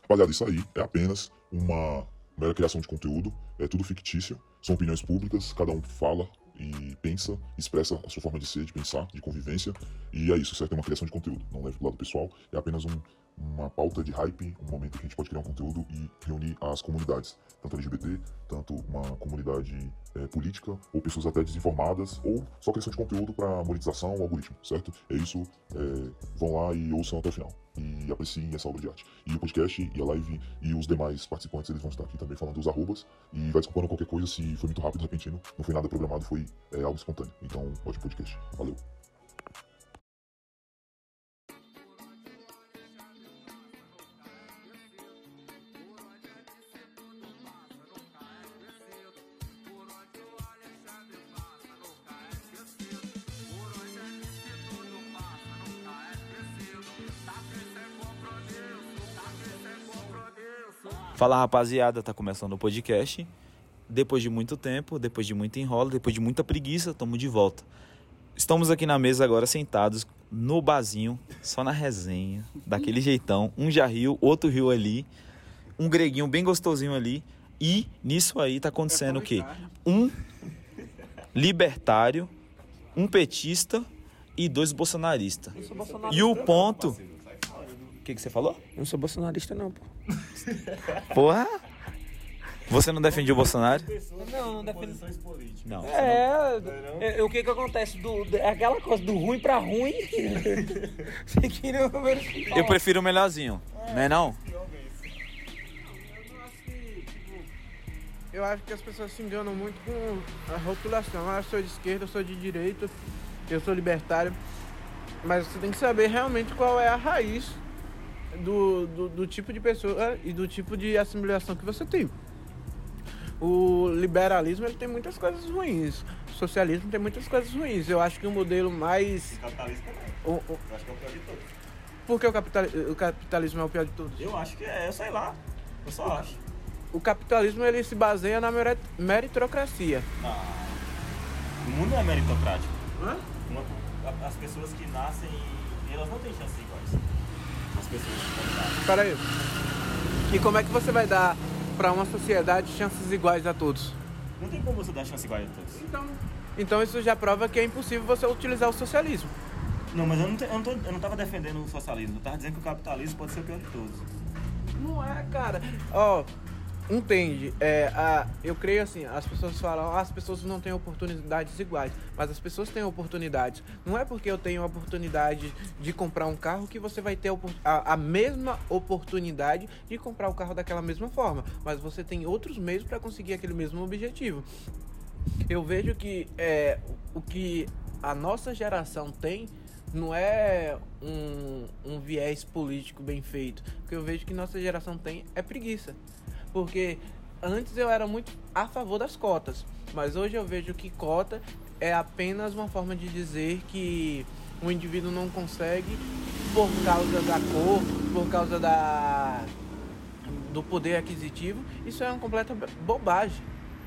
Rapaziada, isso aí é apenas uma mera criação de conteúdo, é tudo fictício, são opiniões públicas, cada um fala e pensa, expressa a sua forma de ser, de pensar, de convivência, e é isso, certo? É uma criação de conteúdo, não leve pro lado pessoal, é apenas uma pauta de hype, um momento que a gente pode criar um conteúdo e reunir as comunidades, tanto LGBT, tanto uma comunidade política, ou pessoas até desinformadas, ou só criação de conteúdo para monetização ou algoritmo, certo? É isso, vão lá e ouçam até o final, e apreciem essa obra de arte. E o podcast, e a live, e os demais participantes, eles vão estar aqui também falando os arrobas, e vai desculpando qualquer coisa se foi muito rápido, repentino, não foi nada programado, foi algo espontâneo. Então, ótimo podcast. Valeu. Fala, rapaziada, tá começando o podcast. Depois de muito tempo, depois de muito enrolo, depois de muita preguiça, estamos de volta. Estamos aqui na mesa agora sentados no barzinho, só na resenha, daquele jeitão. Um já riu, outro riu ali, um greguinho bem gostosinho ali. E nisso aí tá acontecendo o quê? Um libertário, um petista e 2 bolsonaristas. E o ponto... O que você falou? Eu não sou bolsonarista não, pô. Porra! Você não defende o Bolsonaro? Não defendo. Não. O que acontece? Aquela coisa do ruim pra ruim. Eu prefiro o melhorzinho, não é não? Eu acho que as pessoas se enganam muito com a rotulação. Eu sou de esquerda, eu sou de direita, eu sou libertário. Mas você tem que saber realmente qual é a raiz do tipo de pessoa e do tipo de assimilação que você tem. O liberalismo ele tem muitas coisas ruins, o socialismo tem muitas coisas ruins. Eu acho que o modelo mais... O capitalismo também. Eu acho que é o pior de todos. Por que o capitalismo é o pior de todos? Eu acho que eu sei lá. Eu só acho. O capitalismo ele se baseia na meritocracia. O mundo não é meritocrático. Hã? As pessoas que nascem, elas não têm chance iguais. As pessoas que nascem. Espera aí. E como é que você vai dar para uma sociedade chances iguais a todos? Não tem como você dar chance igual a todos. Então isso já prova que é impossível você utilizar o socialismo. Não, mas eu não tava defendendo o socialismo. Eu tava dizendo que o capitalismo pode ser o pior de todos. Não é, cara. Entende? Eu creio assim, as pessoas falam, as pessoas não têm oportunidades iguais, mas as pessoas têm oportunidades. Não é porque eu tenho a oportunidade de comprar um carro que você vai ter a mesma oportunidade de comprar o carro daquela mesma forma, mas você tem outros meios para conseguir aquele mesmo objetivo. Eu vejo que o que a nossa geração tem não é um viés político bem feito. O que eu vejo que nossa geração tem é preguiça. Porque antes eu era muito a favor das cotas, mas hoje eu vejo que cota é apenas uma forma de dizer que o indivíduo não consegue por causa da cor, por causa do poder aquisitivo. Isso é uma completa bobagem.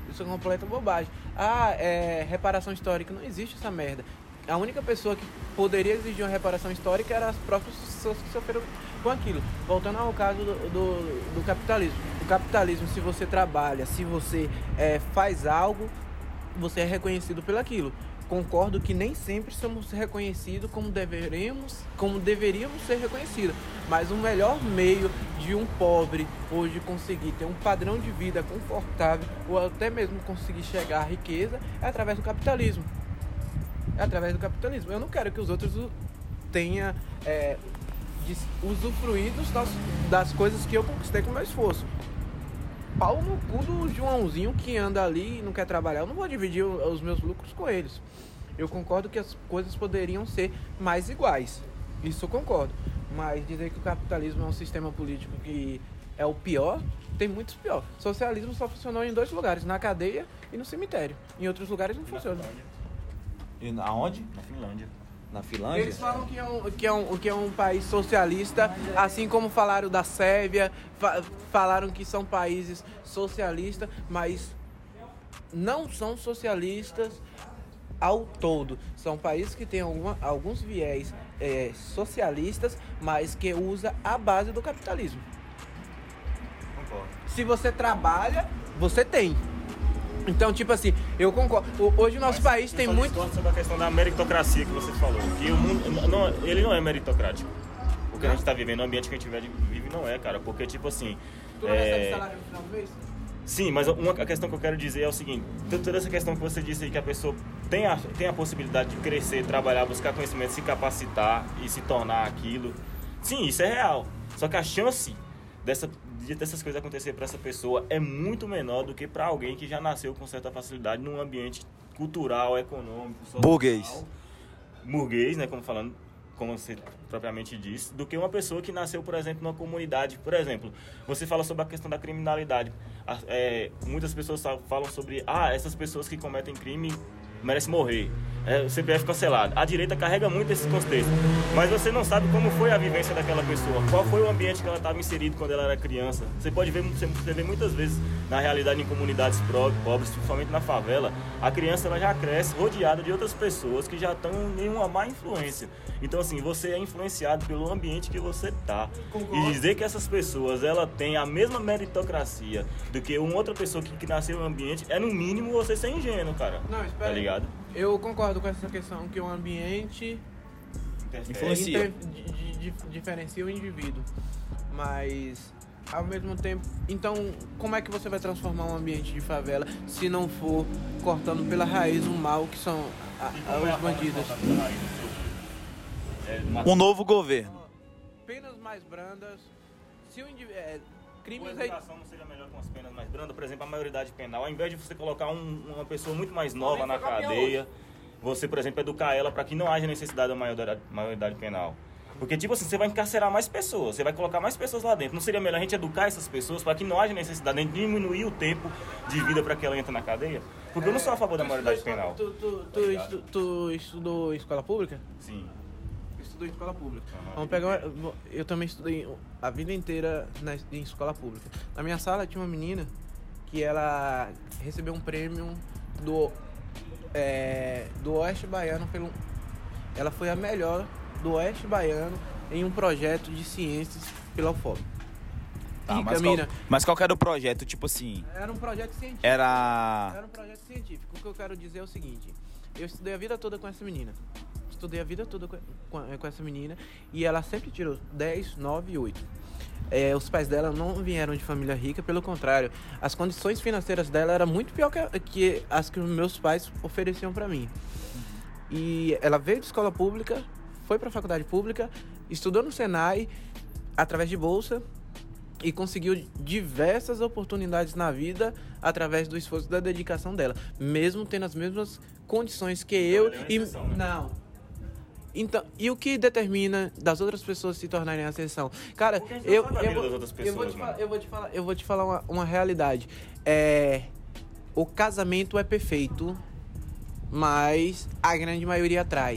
Reparação histórica, não existe essa merda. A única pessoa que poderia exigir uma reparação histórica eram as próprias pessoas que sofreram com aquilo. Voltando ao caso do capitalismo. O capitalismo, se você trabalha, se você faz algo, você é reconhecido pelaquilo. Concordo que nem sempre somos reconhecidos como deveríamos ser reconhecidos. Mas o melhor meio de um pobre hoje conseguir ter um padrão de vida confortável ou até mesmo conseguir chegar à riqueza é através do capitalismo. Eu não quero que os outros tenham usufruído das coisas que eu conquistei com meu esforço. Pau no cu do Joãozinho que anda ali e não quer trabalhar. Eu não vou dividir os meus lucros com eles. Eu concordo que as coisas poderiam ser mais iguais. Isso eu concordo. Mas dizer que o capitalismo é um sistema político que é o pior, tem muitos pior. Socialismo só funcionou em 2 lugares, na cadeia e no cemitério. Em outros lugares não funciona. E aonde? Na Finlândia? Eles falam que é um país socialista, assim como falaram da Sérvia, falaram que são países socialistas, mas não são socialistas ao todo. São países que têm alguns viés socialistas, mas que usa a base do capitalismo. concordo. Se você trabalha, você tem. Então, tipo assim, eu concordo. Hoje o nosso país tem muito... discordo sobre a questão da meritocracia que você falou. Que o mundo, ele não é meritocrático. O que a gente tá vivendo, o ambiente que a gente vive não é, cara. Porque, tipo assim... Tu não recebe salário no final do mês? Sim, mas a questão que eu quero dizer é o seguinte. Toda essa questão que você disse aí, que a pessoa tem a possibilidade de crescer, trabalhar, buscar conhecimento, se capacitar e se tornar aquilo. Sim, isso é real. Só que a chance dessas coisas acontecer para essa pessoa é muito menor do que para alguém que já nasceu com certa facilidade num ambiente cultural, econômico, social, burguês, né, como você propriamente disse, do que uma pessoa que nasceu, por exemplo, numa comunidade. Por exemplo, você fala sobre a questão da criminalidade. Muitas pessoas falam sobre, essas pessoas que cometem crime merecem morrer. O CPF cancelado. A direita carrega muito esses contextos. Mas você não sabe como foi a vivência daquela pessoa. Qual foi o ambiente que ela estava inserida quando ela era criança. Você vê muitas vezes, na realidade, em comunidades pobres, principalmente na favela, a criança ela já cresce rodeada de outras pessoas que já estão em uma má influência. Então, assim, você é influenciado pelo ambiente que você está. E dizer que essas pessoas ela têm a mesma meritocracia do que uma outra pessoa que nasceu no ambiente é, no mínimo, você ser ingênuo, cara. Não, espera. Tá ligado? Eu concordo com essa questão que o ambiente Influencia. Diferencia o indivíduo. Mas, ao mesmo tempo... Então, como é que você vai transformar um ambiente de favela se não for cortando pela raiz o mal que são os bandidos? Um novo governo. Penas mais brandas. Se o indivíduo... A crimes... educação não seria melhor com as penas mais brandas, por exemplo, a maioridade penal. Ao invés de você colocar uma pessoa muito mais nova na cadeia, você, por exemplo, educar ela para que não haja necessidade da maioridade penal. Porque, tipo assim, você vai encarcerar mais pessoas, você vai colocar mais pessoas lá dentro. Não seria melhor a gente educar essas pessoas para que não haja necessidade de diminuir o tempo de vida para que ela entre na cadeia? Porque eu não sou a favor da maioridade penal. Tu estudou em escola pública? Sim. Estudou em escola pública. Vamos pegar. Eu também estudei a vida inteira em escola pública. Na minha sala tinha uma menina que ela recebeu um prêmio do Oeste Baiano ela foi a melhor do Oeste Baiano em um projeto de ciências pela UFOB. Tá, mas qual que era o projeto? Tipo assim... Era um projeto científico. Era um projeto científico. O que eu quero dizer é o seguinte. Eu estudei a vida toda com essa menina. Com essa menina. E ela sempre tirou 10, 9 e 8. Os pais dela não vieram de família rica. Pelo contrário, as condições financeiras dela eram muito pior que as que os meus pais ofereciam pra mim. E ela veio de escola pública, foi pra faculdade pública, estudou no Senai, através de bolsa, e conseguiu diversas oportunidades na vida através do esforço e da dedicação dela, mesmo tendo as mesmas condições que eu. Não. Então, e o que determina das outras pessoas se tornarem a exceção? Cara, eu vou te falar uma realidade. O casamento é perfeito, mas a grande maioria trai.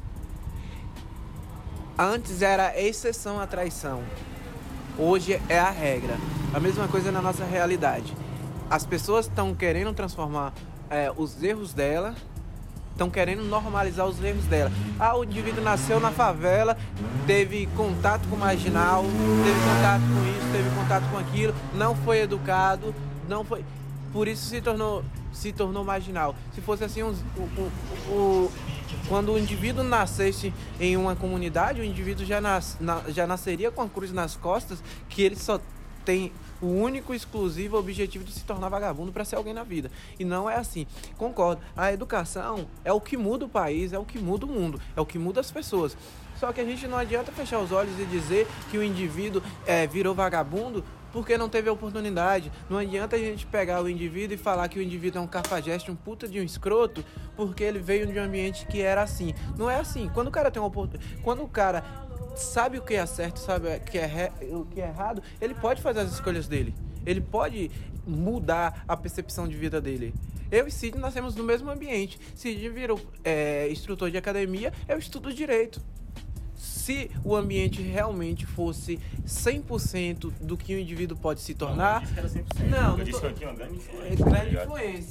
Antes era exceção à traição. Hoje é a regra. A mesma coisa na nossa realidade. As pessoas estão querendo transformar os erros dela, estão querendo normalizar os erros dela. O indivíduo nasceu na favela, teve contato com o marginal, teve contato com isso, teve contato com aquilo, não foi educado, não foi... Por isso se tornou marginal. Se fosse assim, quando o indivíduo nascesse em uma comunidade, o indivíduo já nasceria com a cruz nas costas, que ele só tem o único e exclusivo objetivo de se tornar vagabundo para ser alguém na vida. E não é assim. Concordo. A educação é o que muda o país, é o que muda o mundo, é o que muda as pessoas. Só que a gente não adianta fechar os olhos e dizer que o indivíduo virou vagabundo porque não teve oportunidade. Não adianta a gente pegar o indivíduo e falar que o indivíduo é um cafajeste, um puta de um escroto, porque ele veio de um ambiente que era assim. Não é assim. Quando o cara tem uma oportunidade, quando o cara sabe o que é certo, sabe o que é errado, ele pode fazer as escolhas dele. Ele pode mudar a percepção de vida dele. Eu e Sidney nascemos no mesmo ambiente. Sidney virou instrutor de academia, eu estudo direito. Se o ambiente realmente fosse 100% do que o indivíduo pode se tornar... Não, eu disse que era 100%. Não, eu disse que aqui é uma grande influência. Grande influência.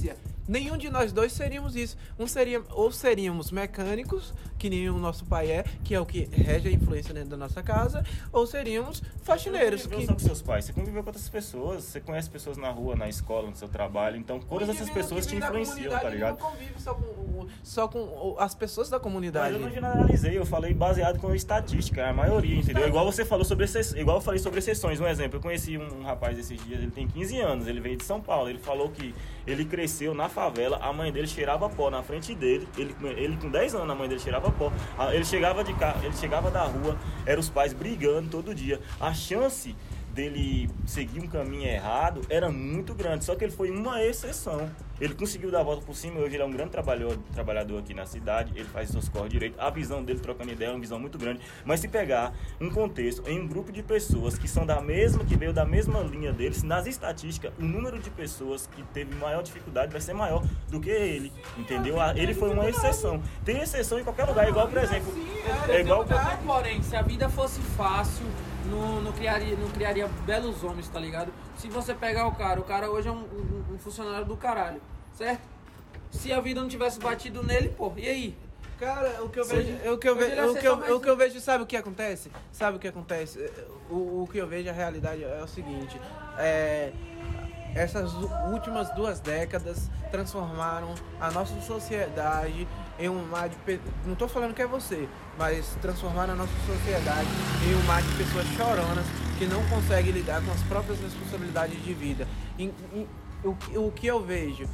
Nenhum de nós dois seríamos isso. Ou seríamos mecânicos, que nem o nosso pai é, que é o que rege a influência dentro da nossa casa, ou seríamos faxineiros. Você não conviveu só com seus pais, você conviveu com outras pessoas, você conhece pessoas na rua, na escola, no seu trabalho, então todas essas pessoas te influenciam, tá ligado? Não convive só com as pessoas da comunidade. Mas eu não generalizei, eu falei baseado com estatística, a maioria, entendeu? Igual você falou sobre igual eu falei sobre exceções. Um exemplo, eu conheci um rapaz esses dias, ele tem 15 anos, ele veio de São Paulo, ele falou que ele cresceu na favela, a mãe dele cheirava pó na frente dele, ele com 10 anos, a mãe dele cheirava pó, ele chegava de carro, ele chegava da rua, eram os pais brigando todo dia, a chance dele seguir um caminho errado era muito grande, só que ele foi uma exceção. Ele conseguiu dar a volta por cima, hoje ele é um grande trabalhador aqui na cidade, ele faz seus corres direito, a visão dele trocando ideia é uma visão muito grande, mas se pegar um contexto em um grupo de pessoas que são que veio da mesma linha deles, nas estatísticas, o número de pessoas que teve maior dificuldade vai ser maior do que ele, entendeu? Ele foi uma exceção. Tem exceção em qualquer lugar, igual, por exemplo, Porém, se a vida fosse fácil, não criaria belos homens, tá ligado? Se você pegar o cara hoje é um funcionário do caralho, certo? Se a vida não tivesse batido nele, pô, e aí? Cara, o que eu vejo, sabe o que acontece? Sabe o que acontece? O que eu vejo, a realidade é o seguinte, essas últimas 2 décadas transformaram a nossa sociedade em um mar de... Não tô falando que é você, mas transformaram a nossa sociedade em um mar de pessoas choronas que não conseguem lidar com as próprias responsabilidades de vida. O que eu vejo,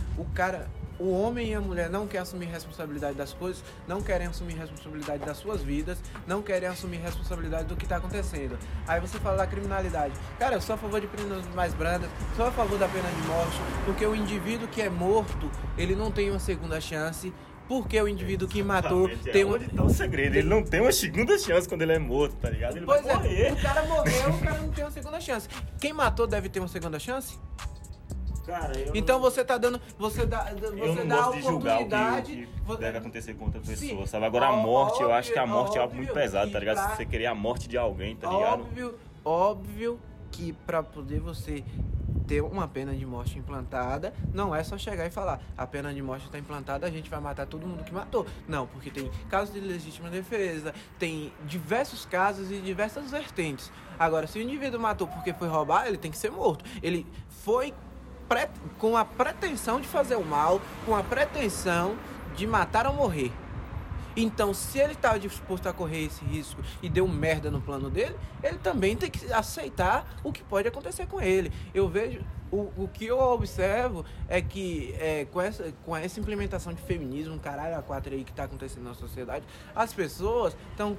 o homem e a mulher não querem assumir responsabilidade das coisas, não querem assumir responsabilidade das suas vidas, não querem assumir responsabilidade do que está acontecendo. Aí você fala da criminalidade. Cara, eu sou a favor de penas mais brandas, sou a favor da pena de morte, porque o indivíduo que é morto, ele não tem uma segunda chance. Porque o indivíduo que matou tem um... Onde tá o segredo? Ele não tem uma segunda chance quando ele é morto, tá ligado? Ele vai morrer. O cara morreu, o cara não tem uma segunda chance. Quem matou deve ter uma segunda chance? Cara, então você tá dando... Você dá a gosto de julgar o que deve acontecer com outra pessoa, sabe? Agora a morte, eu acho que a morte é algo muito pesado, tá ligado? Se você querer a morte de alguém, tá ligado? Óbvio que pra poder você ter uma pena de morte implantada, não é só chegar e falar, a pena de morte está implantada, a gente vai matar todo mundo que matou. Não, porque tem casos de legítima defesa, tem diversos casos e diversas vertentes. Agora, se o indivíduo matou porque foi roubar, ele tem que ser morto. Ele foi com a pretensão de fazer o mal, com a pretensão de matar ou morrer. Então, se ele está disposto a correr esse risco e deu merda no plano dele, ele também tem que aceitar o que pode acontecer com ele. Eu vejo, o que eu observo é que com essa implementação de feminismo, caralho, a 4 aí que está acontecendo na sociedade, as pessoas estão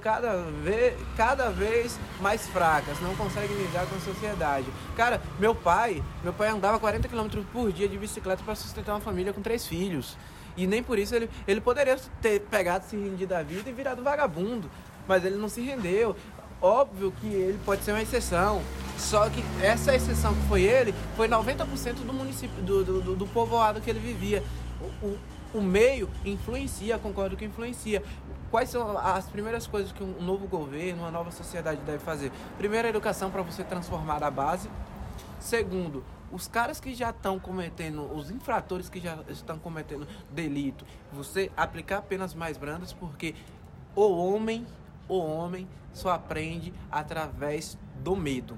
cada vez mais fracas, não conseguem lidar com a sociedade. Cara, meu pai andava 40 km por dia de bicicleta para sustentar uma família com 3 filhos. E nem por isso ele poderia ter pegado, se rendido da vida e virado vagabundo. Mas ele não se rendeu. Óbvio que ele pode ser uma exceção. Só que essa exceção que foi ele, foi 90% do município, do povoado que ele vivia. O meio influencia, concordo que influencia. Quais são as primeiras coisas que um novo governo, uma nova sociedade deve fazer? Primeiro, a educação para você transformar a base. Segundo, os caras que já estão cometendo, os infratores que já estão cometendo delito, você aplicar penas mais brandas, porque o homem só aprende através do medo.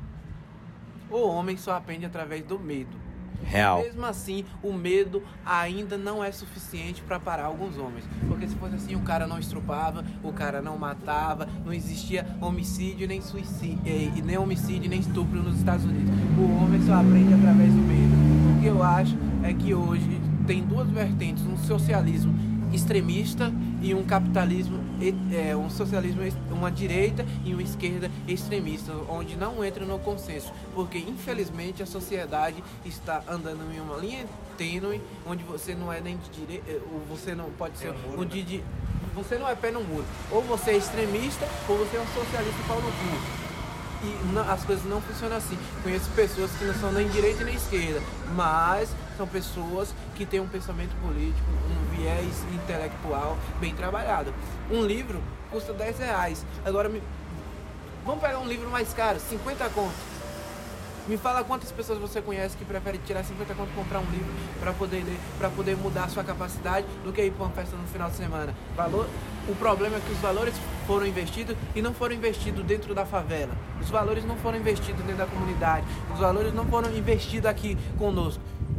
O homem só aprende através do medo. Real. Mesmo assim, o medo ainda não é suficiente para parar alguns homens. Porque se fosse assim, o cara não estrupava, o cara não matava, não existia homicídio nem suicídio, nem homicídio nem estupro nos Estados Unidos. O homem só aprende através do medo. O que eu acho é que hoje tem 2 vertentes, um socialismo extremista e um capitalismo, um socialismo, uma direita e uma esquerda extremista, onde não entra no consenso, porque infelizmente a sociedade está andando em uma linha tênue, onde você não é nem de direita, você não pode ser você não é pé no muro, ou você é extremista ou você é um socialista pau no cu. E as coisas não funcionam assim. Conheço pessoas que não são nem direita nem esquerda, mas são pessoas que têm um pensamento político, um viés intelectual bem trabalhado. Um livro custa R$10. Agora, vamos pegar um livro mais caro, 50 conto. Me fala quantas pessoas você conhece que preferem tirar 50 conto e comprar um livro para poder ler, para poder mudar a sua capacidade, do que ir para uma festa no final de semana. O problema é que os valores foram investidos e não foram investidos dentro da favela. Os valores não foram investidos dentro da comunidade. Os valores não foram investidos aqui conosco.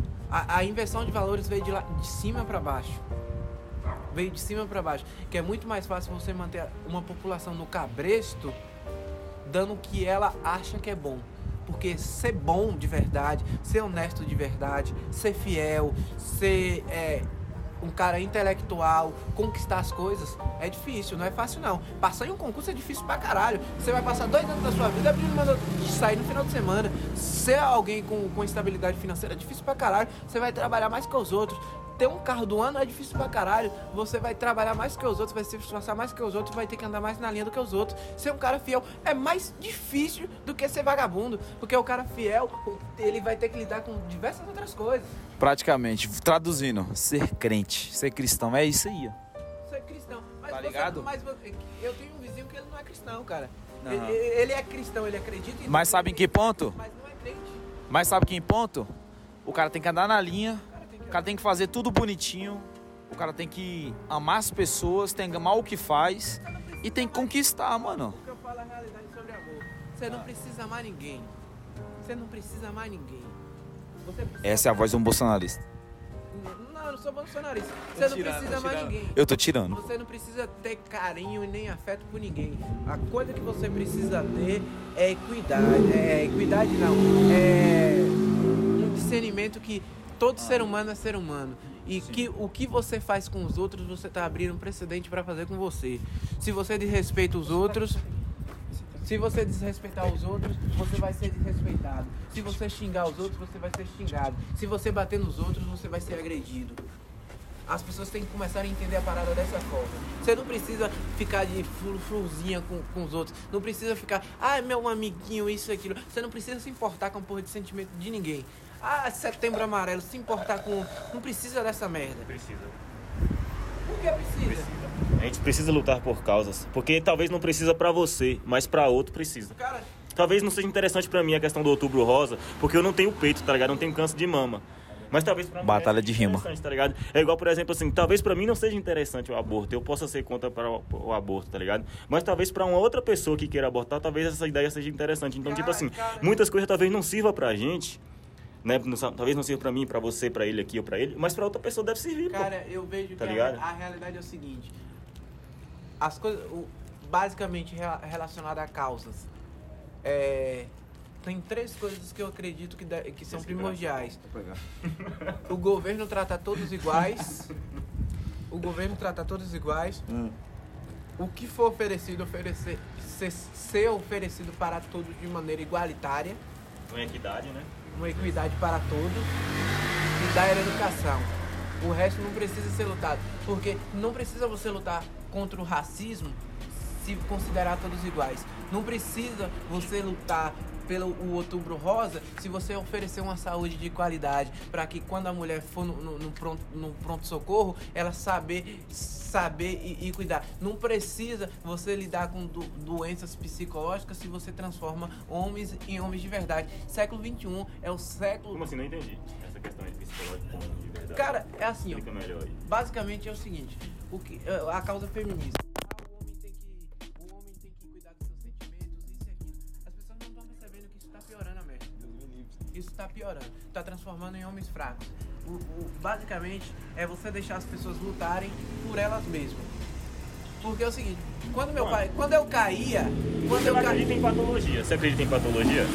A inversão de valores veio de cima para baixo. Veio de cima para baixo. Que é muito mais fácil você manter uma população no cabresto dando o que ela acha que é bom. Porque ser bom de verdade, ser honesto de verdade, ser fiel, ser um cara intelectual, conquistar as coisas, é difícil, não é fácil não. Passar em um concurso é difícil pra caralho. Você vai passar 2 anos da sua vida abrindo mão de sair no final de semana. Ser alguém com estabilidade financeira é difícil pra caralho. Você vai trabalhar mais que os outros. Ter um carro do ano é difícil pra caralho. Você vai trabalhar mais que os outros, vai se esforçar mais que os outros, vai ter que andar mais na linha do que os outros. Ser um cara fiel é mais difícil do que ser vagabundo. Porque o cara fiel, ele vai ter que lidar com diversas outras coisas. Praticamente, traduzindo, ser crente, ser cristão, é isso aí, ó. Ser cristão. Mas tá ligado? Mas eu tenho um vizinho que ele não é cristão, cara. Não. Ele é cristão, ele acredita em Mas sabe em que ponto? Mas não é crente. Mas sabe que em ponto? O cara tem que andar na linha, o cara tem que fazer tudo bonitinho, o cara tem que amar as pessoas, tem que amar o que faz e tem que conquistar, mano. O que eu falo é a realidade sobre amor. Você não precisa amar ninguém. Você não precisa amar ninguém. Você precisa Essa é a voz de um bolsonarista. Não, eu não sou bolsonarista. Você não precisa amar ninguém. Eu tô tirando. Você não precisa ter carinho e nem afeto por ninguém. A coisa que você precisa ter é equidade. Equidade não. É um discernimento que todo ser humano é ser humano. E que o que você faz com os outros, você tá abrindo um precedente para fazer com você. Se você desrespeita os outros... Se você desrespeitar os outros, você vai ser desrespeitado. Se você xingar os outros, você vai ser xingado. Se você bater nos outros, você vai ser agredido. As pessoas têm que começar a entender a parada dessa forma. Você não precisa ficar de fruzinha com os outros. Não precisa ficar, meu amiguinho, isso e aquilo. Você não precisa se importar com a porra de sentimento de ninguém. Setembro amarelo, se importar com... Não precisa dessa merda. Precisa. Por que precisa? A gente precisa lutar por causas. Porque talvez não precisa pra você, mas pra outro precisa. Cara, Talvez não seja interessante pra mim a questão do Outubro Rosa, porque eu não tenho peito, tá ligado? Eu não tenho câncer de mama. Mas talvez pra mim Batalha seja de rima. interessante, tá ligado? É igual, por exemplo, assim, talvez pra mim não seja interessante o aborto. Eu possa ser contra para o aborto, tá ligado? Mas talvez pra uma outra pessoa que queira abortar, talvez essa ideia seja interessante. Então, tipo assim, muitas coisas talvez não sirva pra gente, né? Talvez não sirva pra mim, pra você, pra ele aqui ou pra ele, mas pra outra pessoa deve servir, pô. cara, eu vejo Tá que ligado? a realidade é o seguinte. As coisas, basicamente relacionadas a causas. Tem 3 coisas que eu acredito que são primordiais. O governo trata todos iguais. O governo trata todos iguais. O que for oferecido, ser oferecido para todos de maneira igualitária. Com equidade, né? Uma equidade para todos. E dar educação. O resto não precisa ser lutado. Porque não precisa você lutar contra o racismo se considerar todos iguais. Não precisa você lutar pelo o Outubro Rosa se você oferecer uma saúde de qualidade, para que quando a mulher for no pronto-socorro, ela saber e cuidar. Não precisa você lidar com doenças psicológicas se você transforma homens em homens de verdade. Século XXI é o século... Como assim? Não entendi essa questão de psicológica com de verdade. Cara, é assim, ó. Explica melhor aí. Basicamente é o seguinte, a causa feminista. O homem tem que cuidar dos seus sentimentos, isso e aquilo. As pessoas não estão percebendo que isso está piorando a merda. Isso está piorando, está transformando em homens fracos. Basicamente é você deixar as pessoas lutarem por elas mesmas. Porque é o seguinte, quando eu caía... Você acredita em patologia? Você acredita em patologia?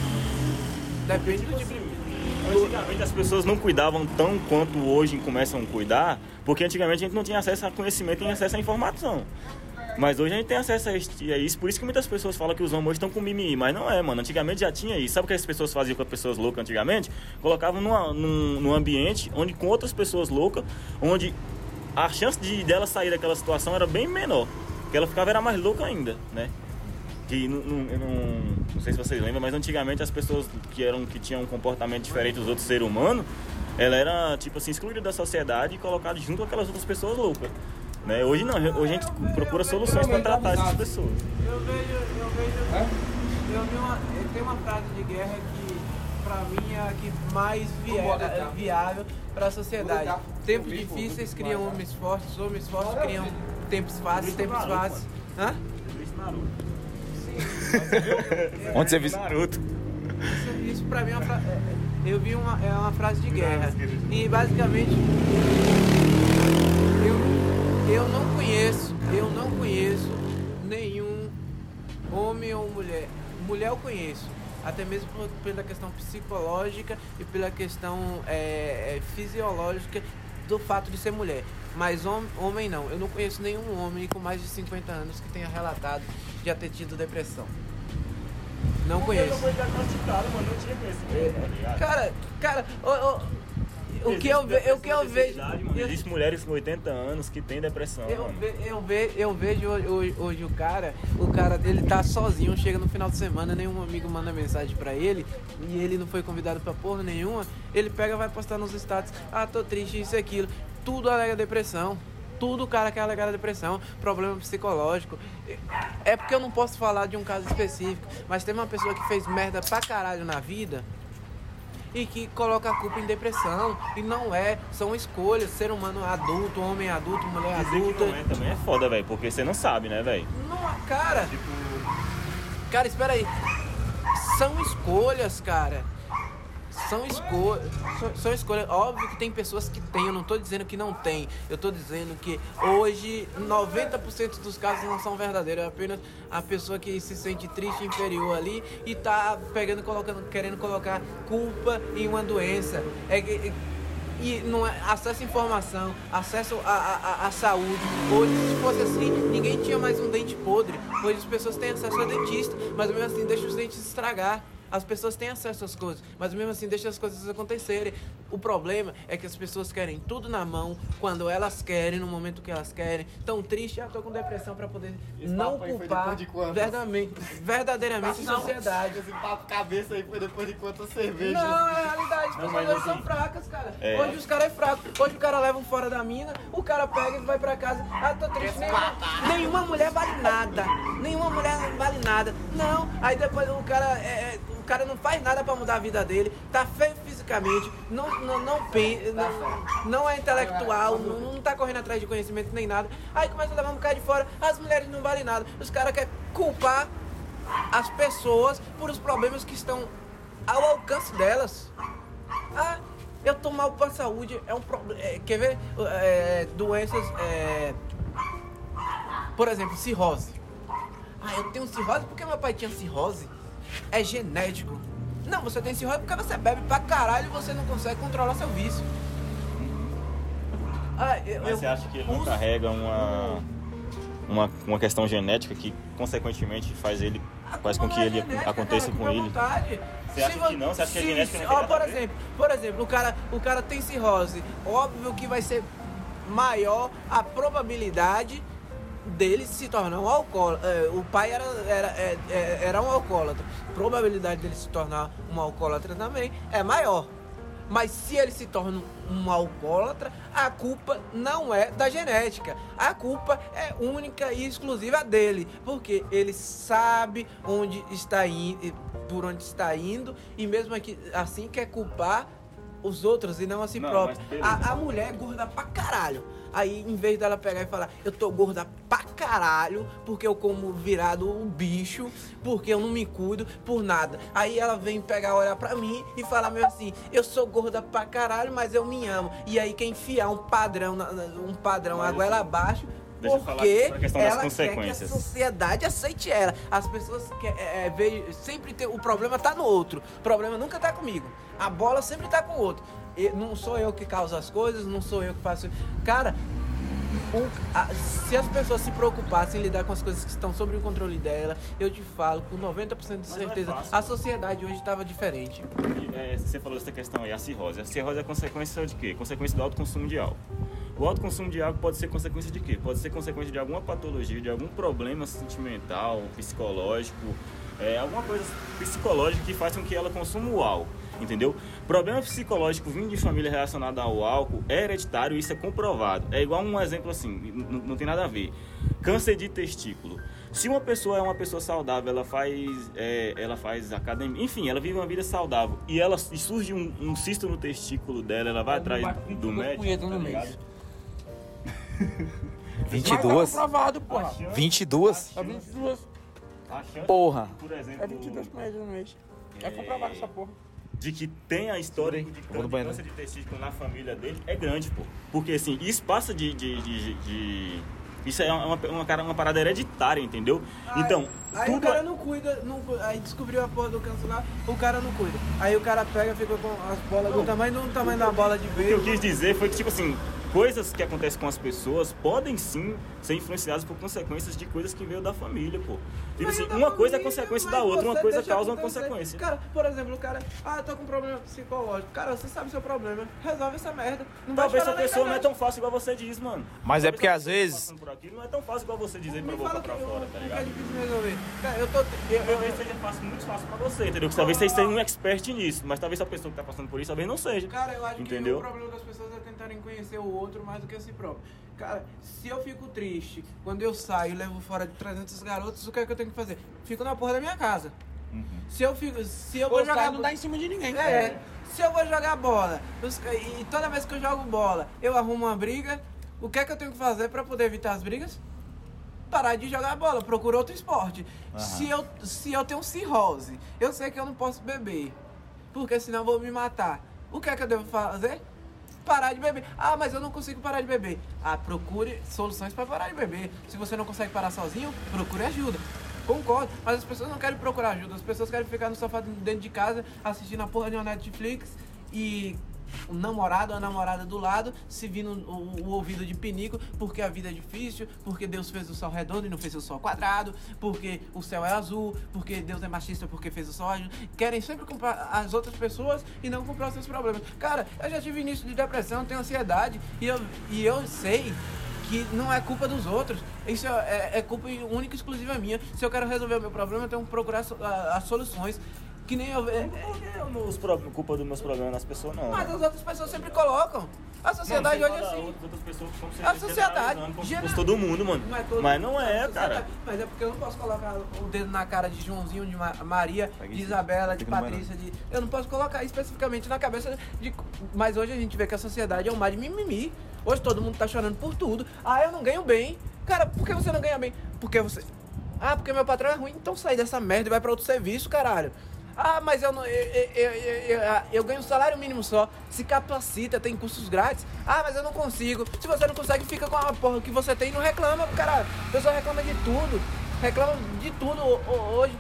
Depende do tipo de... Antigamente as pessoas não cuidavam tão quanto hoje começam a cuidar, porque antigamente a gente não tinha acesso a conhecimento e acesso à informação. Mas hoje a gente tem acesso a isso, por isso que muitas pessoas falam que os homens hoje estão com mimimi, mas não é, mano. Antigamente já tinha isso. Sabe o que as pessoas faziam com as pessoas loucas antigamente? Colocavam num ambiente onde com outras pessoas loucas, onde a chance dela sair daquela situação era bem menor, porque ela era mais louca ainda, né? Que não sei se vocês lembram, mas antigamente as pessoas que tinham um comportamento diferente dos outros seres humanos, ela era, tipo assim, excluída da sociedade e colocada junto com aquelas outras pessoas loucas, né? Hoje não, hoje a gente procura soluções para tratar essas pessoas. Tem uma frase de guerra que pra mim, é a que mais viável para a sociedade. Tempos difíceis criam homens fortes criam tempos fáceis, Hã? Onde você viu? Naruto. Isso pra mim é eu vi uma frase de guerra. E basicamente eu não conheço nenhum homem ou mulher. Mulher eu conheço, até mesmo pela questão psicológica e pela questão fisiológica do fato de ser mulher. Mas homem não. Eu não conheço nenhum homem com mais de 50 anos que tenha relatado já ter tido depressão. Não conheço. Eu fui diagnosticado, mano, não tinha conhecimento, tá ligado? Cara, o que eu vejo... Existem mulheres com 80 anos que têm depressão, mano. Eu vejo hoje o cara dele tá sozinho, chega no final de semana, nenhum amigo manda mensagem pra ele, e ele não foi convidado pra porra nenhuma, ele pega e vai postar nos status, tô triste, isso e aquilo, tudo alega depressão. Tudo o cara quer alegar depressão, problema psicológico. É porque eu não posso falar de um caso específico, mas teve uma pessoa que fez merda pra caralho na vida e que coloca a culpa em depressão. E não é, são escolhas, ser humano adulto, homem adulto, mulher adulta. Não é, também é foda, velho, porque você não sabe, né, velho? Não, cara. Cara, espera aí. São escolhas, cara. São escolhas. Óbvio que tem pessoas que têm, eu não tô dizendo que não tem. Eu tô dizendo que hoje 90% dos casos não são verdadeiros. É apenas a pessoa que se sente triste, inferior ali e tá querendo colocar culpa em uma doença. E não é acesso à informação, acesso à saúde. Hoje, se fosse assim, ninguém tinha mais um dente podre. Hoje as pessoas têm acesso a dentista, mas mesmo assim deixa os dentes estragar. As pessoas têm acesso às coisas, mas mesmo assim deixa as coisas acontecerem. O problema é que as pessoas querem tudo na mão, quando elas querem, no momento que elas querem. Tão triste, tô com depressão para poder não culpar verdadeiramente a sociedade. Esse papo cabeça aí foi depois de quantas cervejas? Não, é a realidade, as pessoas são fracas, cara. Hoje os caras é fraco, hoje o cara leva um fora da mina, o cara pega e vai pra casa, tô triste, nenhuma mulher vale nada. Nenhuma mulher vale nada. Não, aí depois o cara não faz nada pra mudar a vida dele, tá feio fisicamente, não é intelectual, não tá correndo atrás de conhecimento nem nada. Aí começa a levar um cara de fora, as mulheres não valem nada. Os caras querem culpar as pessoas por os problemas que estão ao alcance delas. Eu tô mal pra saúde, é um problema. Quer ver? Doenças, por exemplo, cirrose. Eu tenho cirrose porque meu pai tinha cirrose. É genético. Não, você tem cirrose porque você bebe pra caralho e você não consegue controlar seu vício. Mas você acha que ele não carrega uma questão genética que consequentemente faz com que ele aconteça com ele? Você acha que não? Você acha que a genética não tem por exemplo, o cara tem cirrose. Óbvio que vai ser maior a probabilidade dele se tornar um alcoólatra. O pai era um alcoólatra. A probabilidade dele se tornar um alcoólatra também é maior. Mas se ele se torna um alcoólatra, a culpa não é da genética. A culpa é única e exclusiva dele. Porque ele sabe onde está indo, por onde está indo, e mesmo assim quer culpar os outros e não a si próprio. A mulher é gorda pra caralho. Aí, em vez dela pegar e falar, eu tô gorda pra caralho, porque eu como virado um bicho, porque eu não me cuido por nada. Aí ela vem pegar, olhar pra mim e falar meio assim, eu sou gorda pra caralho, mas eu me amo. E aí quer enfiar um padrão a goela abaixo, porque ela quer que a sociedade aceite ela. As pessoas sempre tem, o problema tá no outro, o problema nunca tá comigo. A bola sempre tá com o outro. Não sou eu que causo as coisas, não sou eu que faço. Cara, se as pessoas se preocupassem em lidar com as coisas que estão sob o controle dela, eu te falo com 90% de certeza, a sociedade hoje estava diferente. Você falou dessa questão aí, a cirrose. A cirrose é consequência de quê? Consequência do alto consumo de álcool. O alto consumo de álcool pode ser consequência de quê? Pode ser consequência de alguma patologia, de algum problema sentimental, psicológico, alguma coisa psicológica que faz com que ela consuma o álcool. Entendeu? Problema psicológico vindo de família relacionada ao álcool é hereditário, isso é comprovado. É igual um exemplo assim, não tem nada a ver. Câncer de testículo. Se uma pessoa é uma pessoa saudável, ela faz academia, enfim, ela vive uma vida saudável e surge um cisto no testículo dela, ela vai atrás do médico. Tá ligado? 22? Aprovado, porra. 22? É 22. A chance, Porra. por exemplo, É 22 meses no mês. É comprovado essa porra. de que tem a história de vou no banheiro. câncer de testículo na família dele é grande, pô. Porque assim, isso passa isso é uma parada hereditária, entendeu? Então, Aí tudo o cara não cuida, aí descobriu a porra do câncer lá, o cara não cuida. Aí o cara pega, fica com as bolas do tamanho da bola de O que eu beijo. quis dizer foi que, tipo assim, coisas que acontecem com as pessoas podem sim ser influenciadas por consequências de coisas que veio da família, pô. Tipo assim, uma coisa é consequência da outra, uma coisa causa uma consequência. Cara, por exemplo, o cara, eu tô com um problema psicológico. Cara, você sabe o seu problema, resolve essa merda. Não vai Talvez a chorar na pessoa não é internet. tão fácil igual você diz, mano. Mas é Talvez porque a às pessoa que tá vezes- passando por aquilo não é tão fácil igual você dizer pra Me botar fala pra que fora, tá o que é ligado? difícil resolver. Cara, Talvez seja muito fácil pra você, entendeu? Que talvez você seja um expert nisso, mas talvez a pessoa que tá passando por isso talvez não seja. Cara, eu acho Entendeu? que o problema das pessoas é tentarem conhecer o outro mais do que a si próprio. Cara, se eu fico triste, quando eu saio e levo fora de 300 garotos, o que é que eu tenho que fazer? Fico na porra da minha casa. Se eu vou jogar... não dá em cima de ninguém. Se eu vou jogar bola, e toda vez que eu jogo bola, eu arrumo uma briga, o que é que eu tenho que fazer pra poder evitar as brigas? Parar de jogar bola, procurar outro esporte. Se eu tenho cirrose, eu sei que eu não posso beber, porque senão eu vou me matar. O que é que eu devo fazer? Parar de beber. Mas eu não consigo parar de beber. Procure soluções para parar de beber. Se você não consegue parar sozinho, procure ajuda. Concordo, mas as pessoas não querem procurar ajuda. As pessoas querem ficar no sofá dentro de casa, assistindo a porra de uma Netflix e o namorado ou a namorada do lado, se vindo o ouvido de pinico, porque a vida é difícil, porque Deus fez o sol redondo e não fez o sol quadrado, porque o céu é azul, porque Deus é machista porque fez o sol azul. Querem sempre comprar as outras pessoas e não comprar os seus problemas. Cara, eu já tive início de depressão, tenho ansiedade e eu sei que não é culpa dos outros. Isso é culpa única e exclusiva minha. Se eu quero resolver o meu problema, eu tenho que procurar as soluções. Que nem eu... Culpa dos meus problemas nas pessoas, não. Mas as outras pessoas sempre colocam. A sociedade hoje é assim. Outras pessoas como A sociedade, como se geral- fosse todo mundo, mano. Mas não é, cara. Mas é porque eu não posso colocar o dedo na cara de Joãozinho, de Maria, de Isabela, de Patrícia, eu não posso colocar especificamente na cabeça de... Mas hoje a gente vê que a sociedade é um mar de mimimi. Hoje todo mundo tá chorando por tudo. Eu não ganho bem. Cara, por que você não ganha bem? Porque porque meu patrão é ruim, então sai dessa merda e vai pra outro serviço, caralho. Mas eu ganho um salário mínimo só. Se capacita, tem cursos grátis. Mas eu não consigo. Se você não consegue, fica com a porra que você tem e não reclama, caralho. A pessoa reclama de tudo. Reclama de tudo hoje.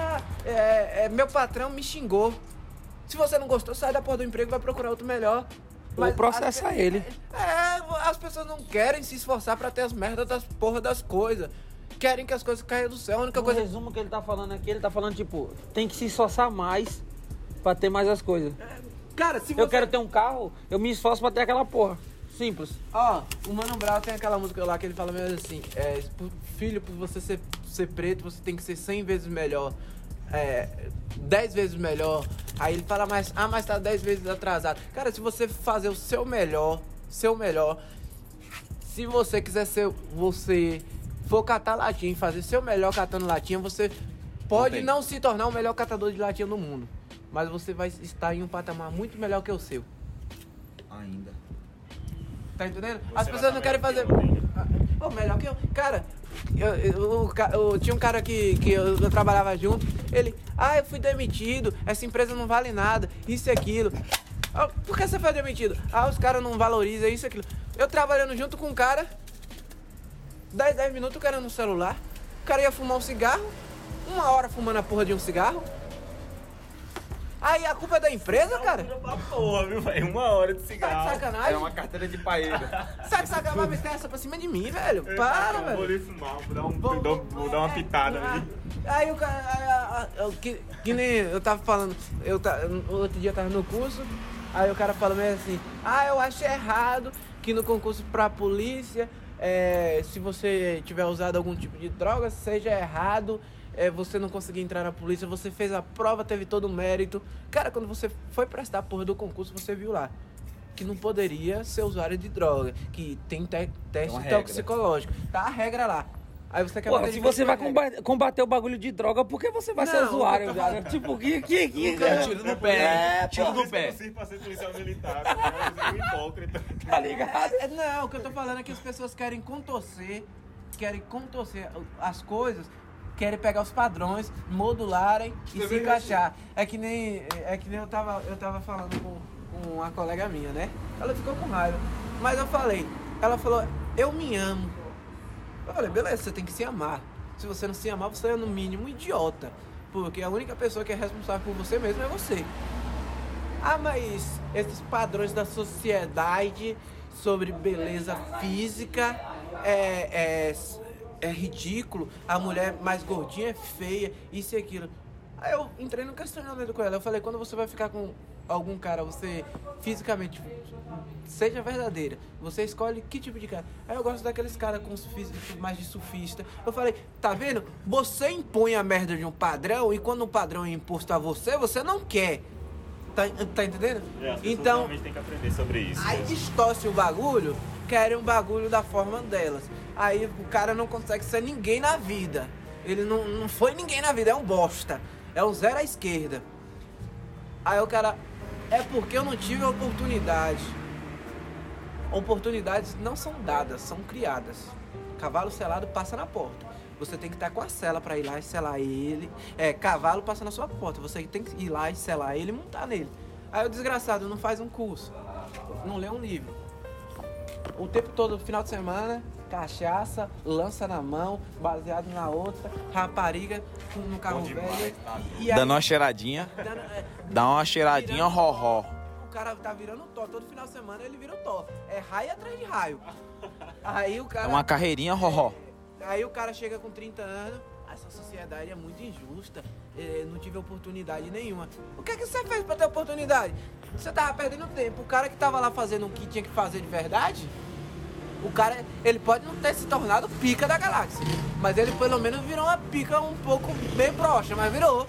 Meu patrão me xingou. Se você não gostou, sai da porra do emprego e vai procurar outro melhor. Ou processa ele. As pessoas não querem se esforçar pra ter as merdas das porra das coisas. Querem que as coisas caiam do céu. A única No coisa... resumo que ele tá falando aqui, ele tá falando, tipo, tem que se esforçar mais pra ter mais as coisas. Cara, se você... Eu quero ter um carro, eu me esforço pra ter aquela porra. Simples. O Mano Brown tem aquela música lá que ele fala mesmo assim, filho, por você ser preto, você tem que ser 100 vezes melhor, 10 vezes melhor. Aí ele fala, mas tá 10 vezes atrasado. Cara, se você fazer o seu melhor, se você quiser ser você, for catar latinha e fazer seu melhor catando latinha, você pode não se tornar o melhor catador de latinha do mundo, mas você vai estar em um patamar muito melhor que o seu. Ainda. Tá entendendo? As pessoas não querem fazer... melhor que eu. Cara, eu tinha um cara que eu trabalhava junto. Ele, eu fui demitido, essa empresa não vale nada, isso e aquilo. Por que você foi demitido? Os caras não valorizam isso e aquilo. Eu trabalhando junto com um cara, 10 minutos o cara no celular, o cara ia fumar um cigarro, 1 hora fumando a porra de um cigarro. Aí a culpa é da empresa, cara? Pra porra, viu, velho? 1 hora de Tá de cigarro. sacanagem? É uma carteira de paeira. Sabe que sacanagem vai meter essa pra cima de mim, velho? Para, Vou velho. ali fumar, vou dar uma pitada ali. Aí o cara, que nem eu tava falando, outro dia eu tava no curso, aí o cara falou meio assim, eu acho errado que no concurso pra polícia, se você tiver usado algum tipo de droga, seja errado, você não conseguir entrar na polícia, você fez a prova, teve todo o mérito. Cara, quando você foi prestar a porra do concurso, você viu lá que não poderia ser usuário de droga, que tem teste regra. toxicológico, tá a regra lá. Aí você quer Porra, bater se de você vai frente com a regra. combater o bagulho de droga, por que você vai ser Não, usuário, eu tô cara? Tipo, que Tiro no pé, tiro no pé. Eu sirvo pra ser policial militar, eu sou um hipócrita. tá ligado? Não, o que eu tô falando é que as pessoas querem contorcer as coisas, querem pegar os padrões, modularem e se encaixar. É que nem eu tava falando com uma colega minha, né? Ela ficou com raiva. Mas ela falou, eu me amo. Eu falei, beleza, você tem que se amar. Se você não se amar, você é no mínimo um idiota. Porque a única pessoa que é responsável por você mesmo é você. Ah, mas esses padrões da sociedade sobre beleza física é ridículo. A mulher mais gordinha é feia, isso e aquilo. Aí eu entrei no questionamento com ela. Eu falei, quando você vai ficar com algum cara, você fisicamente seja verdadeira, você escolhe que tipo de cara. Aí eu gosto daqueles caras com físicos mais de surfista. Eu falei, tá vendo? Você impõe a merda de um padrão e quando um padrão é imposto a você, você não quer. Tá entendendo? As pessoas Então, realmente tem que aprender sobre isso. aí distorce o bagulho, querem um bagulho da forma delas. Aí o cara não consegue ser ninguém na vida. Ele não foi ninguém na vida, é um bosta. É um zero à esquerda. Aí o cara, é porque eu não tive oportunidade. Oportunidades não são dadas, são criadas. Cavalo selado passa na porta. Você tem que estar com a sela pra ir lá e selar ele. Cavalo passa na sua porta. Você tem que ir lá e selar ele e montar nele. Aí o desgraçado não faz um curso, não lê um livro. O tempo todo, final de semana, cachaça, lança na mão, baseado na outra, rapariga no carro velho. E aí, Dando uma cheiradinha. Dá uma cheiradinha, virando roró. O cara tá virando tó. Todo final de semana ele vira tó. É raio atrás de raio. Aí o cara... É uma carreirinha, roró. Aí o cara chega com 30 anos, essa sociedade é muito injusta, não tive oportunidade nenhuma. O que é que você fez pra ter oportunidade? Você tava perdendo tempo. O cara que tava lá fazendo o que tinha que fazer de verdade, o cara, ele pode não ter se tornado pica da galáxia, mas ele pelo menos virou uma pica um pouco bem broxa, mas virou.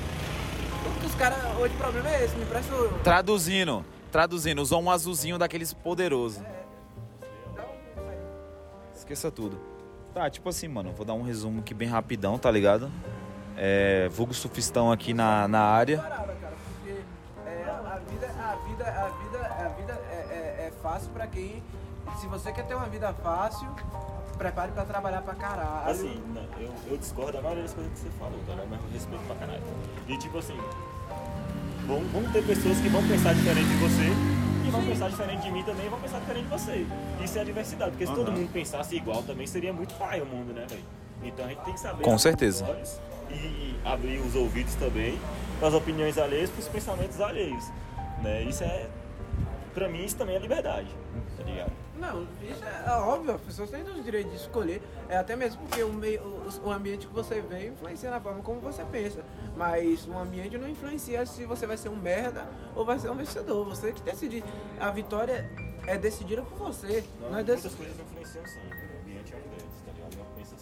Os caras, hoje o problema é esse, me presta o... Traduzindo, usou um azulzinho daqueles poderosos. Esqueça tudo. Tá, tipo assim, mano, vou dar um resumo aqui bem rapidão, tá ligado? Vulgo surfistão aqui na área. Parava, cara, porque a vida é fácil pra quem... Se você quer ter uma vida fácil, prepare pra trabalhar pra caralho. Assim, não, eu discordo da maioria das coisas que você falou, cara, mas eu respeito pra caralho. E tipo assim, vão ter pessoas que vão pensar diferente de você e vão pensar diferente de mim também e vão pensar diferente de você. Isso é a diversidade, porque se todo mundo pensasse igual também seria muito pai o mundo, né, velho? Então a gente tem que saber... Com certeza. E abrir os ouvidos também para as opiniões alheias, para os pensamentos alheios, né? Isso é... Pra mim isso também é liberdade, tá ligado? Não, isso é óbvio, as pessoas têm o direito de escolher, até mesmo porque o ambiente que você vê influencia na forma como você pensa, mas o ambiente não influencia se você vai ser um merda ou vai ser um vencedor, você que decide, a vitória é decidida por você, não é Muitas coisas influenciam sim, o ambiente é um deles, tá ligado? Eu penso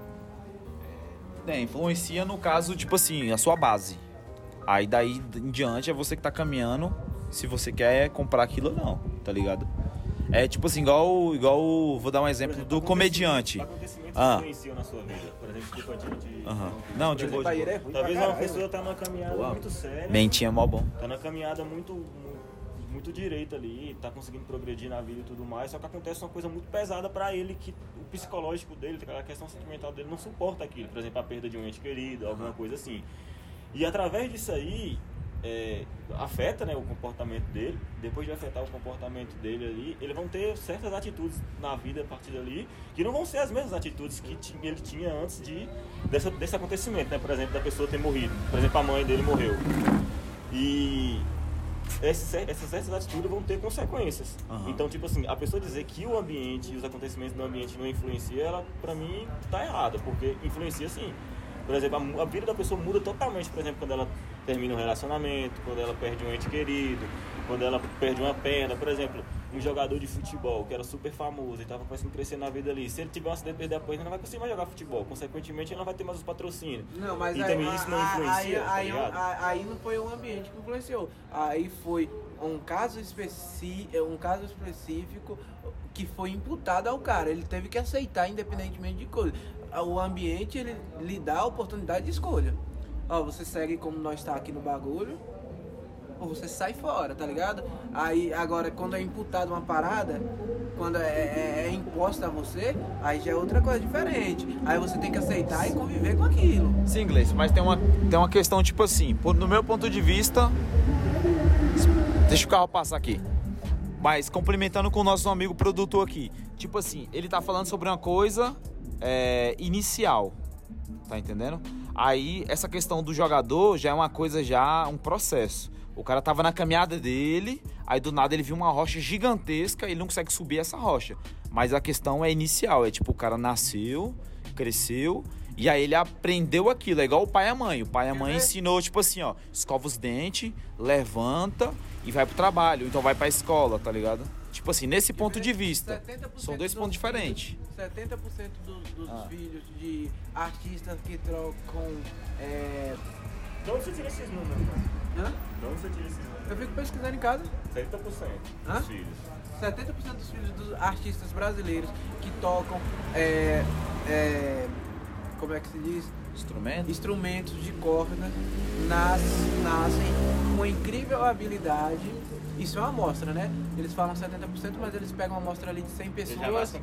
assim. Influencia no caso, tipo assim, a sua base. Aí daí em diante é você que tá caminhando se você quer comprar aquilo ou não, tá ligado? É tipo assim, igual vou dar um exemplo do comediante. Acontecimentos influenciam na sua vida. Por exemplo, tipo, a gente... Não, de boa. Talvez uma pessoa tá numa caminhada muito séria. Mentinha é mó bom. Tá na caminhada muito direita ali, tá conseguindo progredir na vida e tudo mais, só que acontece uma coisa muito pesada pra ele, que o psicológico dele, a questão sentimental dele não suporta aquilo. Por exemplo, a perda de um ente querido, alguma coisa assim. E através disso aí, afeta, né, o comportamento dele. Depois de afetar o comportamento dele ali, eles vão ter certas atitudes na vida a partir dali que não vão ser as mesmas atitudes que ele tinha antes desse acontecimento, né? Por exemplo, da pessoa ter morrido. Por exemplo, a mãe dele morreu. E essas atitudes vão ter consequências. Então, tipo assim, a pessoa dizer que o ambiente e os acontecimentos do ambiente não influenciam, ela, pra mim, tá errada, porque influencia sim. Por exemplo, a vida da pessoa muda totalmente, por exemplo, quando ela termina um relacionamento, quando ela perde um ente querido, quando ela perde uma perna. Por exemplo, um jogador de futebol que era super famoso e estava começando a crescer na vida ali, se ele tiver um acidente e perder a perna, ele não vai conseguir mais jogar futebol. Consequentemente, ele não vai ter mais os patrocínios. Não, mas e também isso não influencia, tá ligado? Aí não foi um ambiente que influenciou. Aí foi um caso específico que foi imputado ao cara. Ele teve que aceitar, independentemente de coisa. o ambiente, ele lhe dá a oportunidade de escolha. Ó, você segue como nós tá aqui no bagulho, ou você sai fora, tá ligado? Aí, agora, quando é imputado uma parada, quando é imposta a você, aí já é outra coisa diferente. Aí você tem que aceitar e conviver com aquilo. Sim, inglês, mas tem uma questão tipo assim, no meu ponto de vista, deixa o carro passar aqui, mas complementando com o nosso amigo produtor aqui, tipo assim, ele tá falando sobre uma coisa inicial, tá entendendo? Aí essa questão do jogador já é uma coisa, um processo. O cara tava na caminhada dele, aí do nada ele viu uma rocha gigantesca e ele não consegue subir essa rocha. Mas a questão é inicial, é tipo, o cara nasceu, cresceu, e aí ele aprendeu aquilo, é igual o pai e a mãe. O pai e a mãe ensinou, tipo assim, ó, escova os dentes, levanta e vai pro trabalho, então vai pra escola, tá ligado? Tipo assim, nesse ponto de vista, são dois pontos diferentes. 70% dos filhos de artistas que trocam... De onde você tira esses números, mano? Hã? De onde você tira esses números? Eu fico pesquisando em casa. 70% dos filhos. 70% dos filhos dos artistas brasileiros que tocam, como é que se diz? Instrumentos de corda, nascem com uma incrível habilidade. Isso é uma amostra, né? Eles falam 70%, mas eles pegam uma amostra ali de 100 pessoas.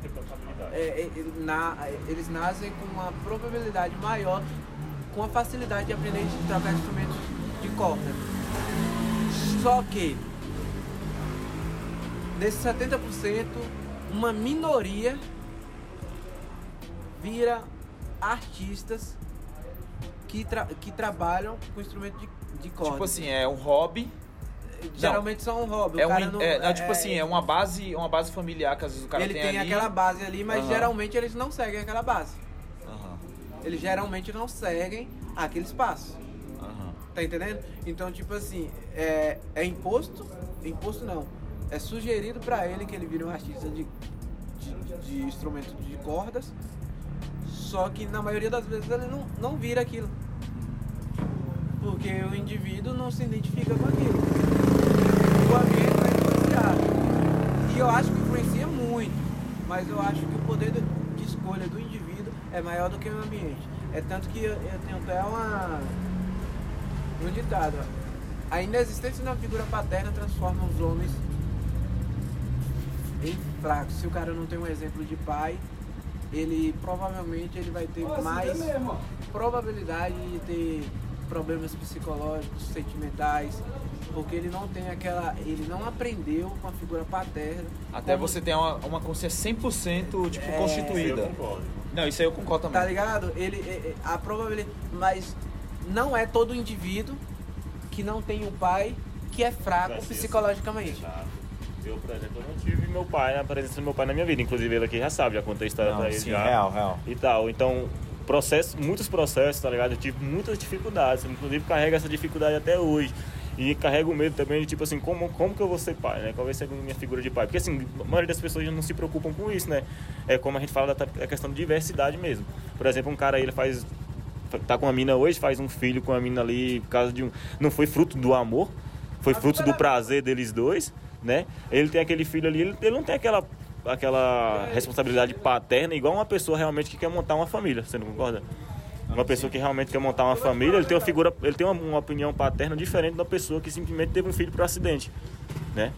Eles nascem com uma probabilidade maior, com a facilidade de aprender a trocar instrumentos de corda. Só que desses 70%, uma minoria vira artistas que trabalham com instrumento de corda. Tipo assim, é um hobby. Geralmente são um hobby. É uma base familiar que às vezes o cara ele tem tem ali. aquela base ali, mas geralmente eles não seguem aquela base. Uhum. Eles geralmente não seguem aqueles passos. Tá entendendo? Então, tipo assim, é imposto não, é sugerido pra ele que ele vire um artista de instrumento de cordas, só que na maioria das vezes ele não vira aquilo, porque o indivíduo não se identifica com aquilo, o ambiente vai influenciar, e eu acho que influencia muito, mas eu acho que o poder de escolha do indivíduo é maior do que o ambiente. É tanto que eu tenho até um ditado: a inexistência de uma figura paterna transforma os homens em fracos. Se o cara não tem um exemplo de pai, ele provavelmente vai ter mais probabilidade de ter problemas psicológicos, sentimentais, porque ele não tem ele não aprendeu com a figura paterna. Até você ter uma consciência 100% constituída. Eu concordo. Não, isso aí eu concordo também. Tá ligado? A probabilidade, mas não é todo indivíduo que não tem um pai que é fraco psicologicamente. Exato. Eu, por exemplo, eu não tive a presença do meu pai na minha vida. Inclusive ele aqui já sabe, já contei a história pra ele. Sim, já. real. E tal. Então, muitos processos, tá ligado? Eu tive muitas dificuldades. Inclusive carrego essa dificuldade até hoje. E carrego o medo também de, tipo assim, como que eu vou ser pai, né? Qual vai ser a minha figura de pai? Porque, assim, a maioria das pessoas não se preocupam com isso, né? É como a gente fala da questão de diversidade mesmo. Por exemplo, um cara aí, ele tá com uma mina hoje, faz um filho com a mina ali por causa de não foi fruto do amor, foi fruto do prazer deles dois, né? Ele tem aquele filho ali, ele não tem aquela responsabilidade paterna igual uma pessoa realmente que quer montar uma família, você não concorda? Uma pessoa que realmente quer montar uma família, ele tem uma opinião paterna diferente da pessoa que simplesmente teve um filho por acidente, né?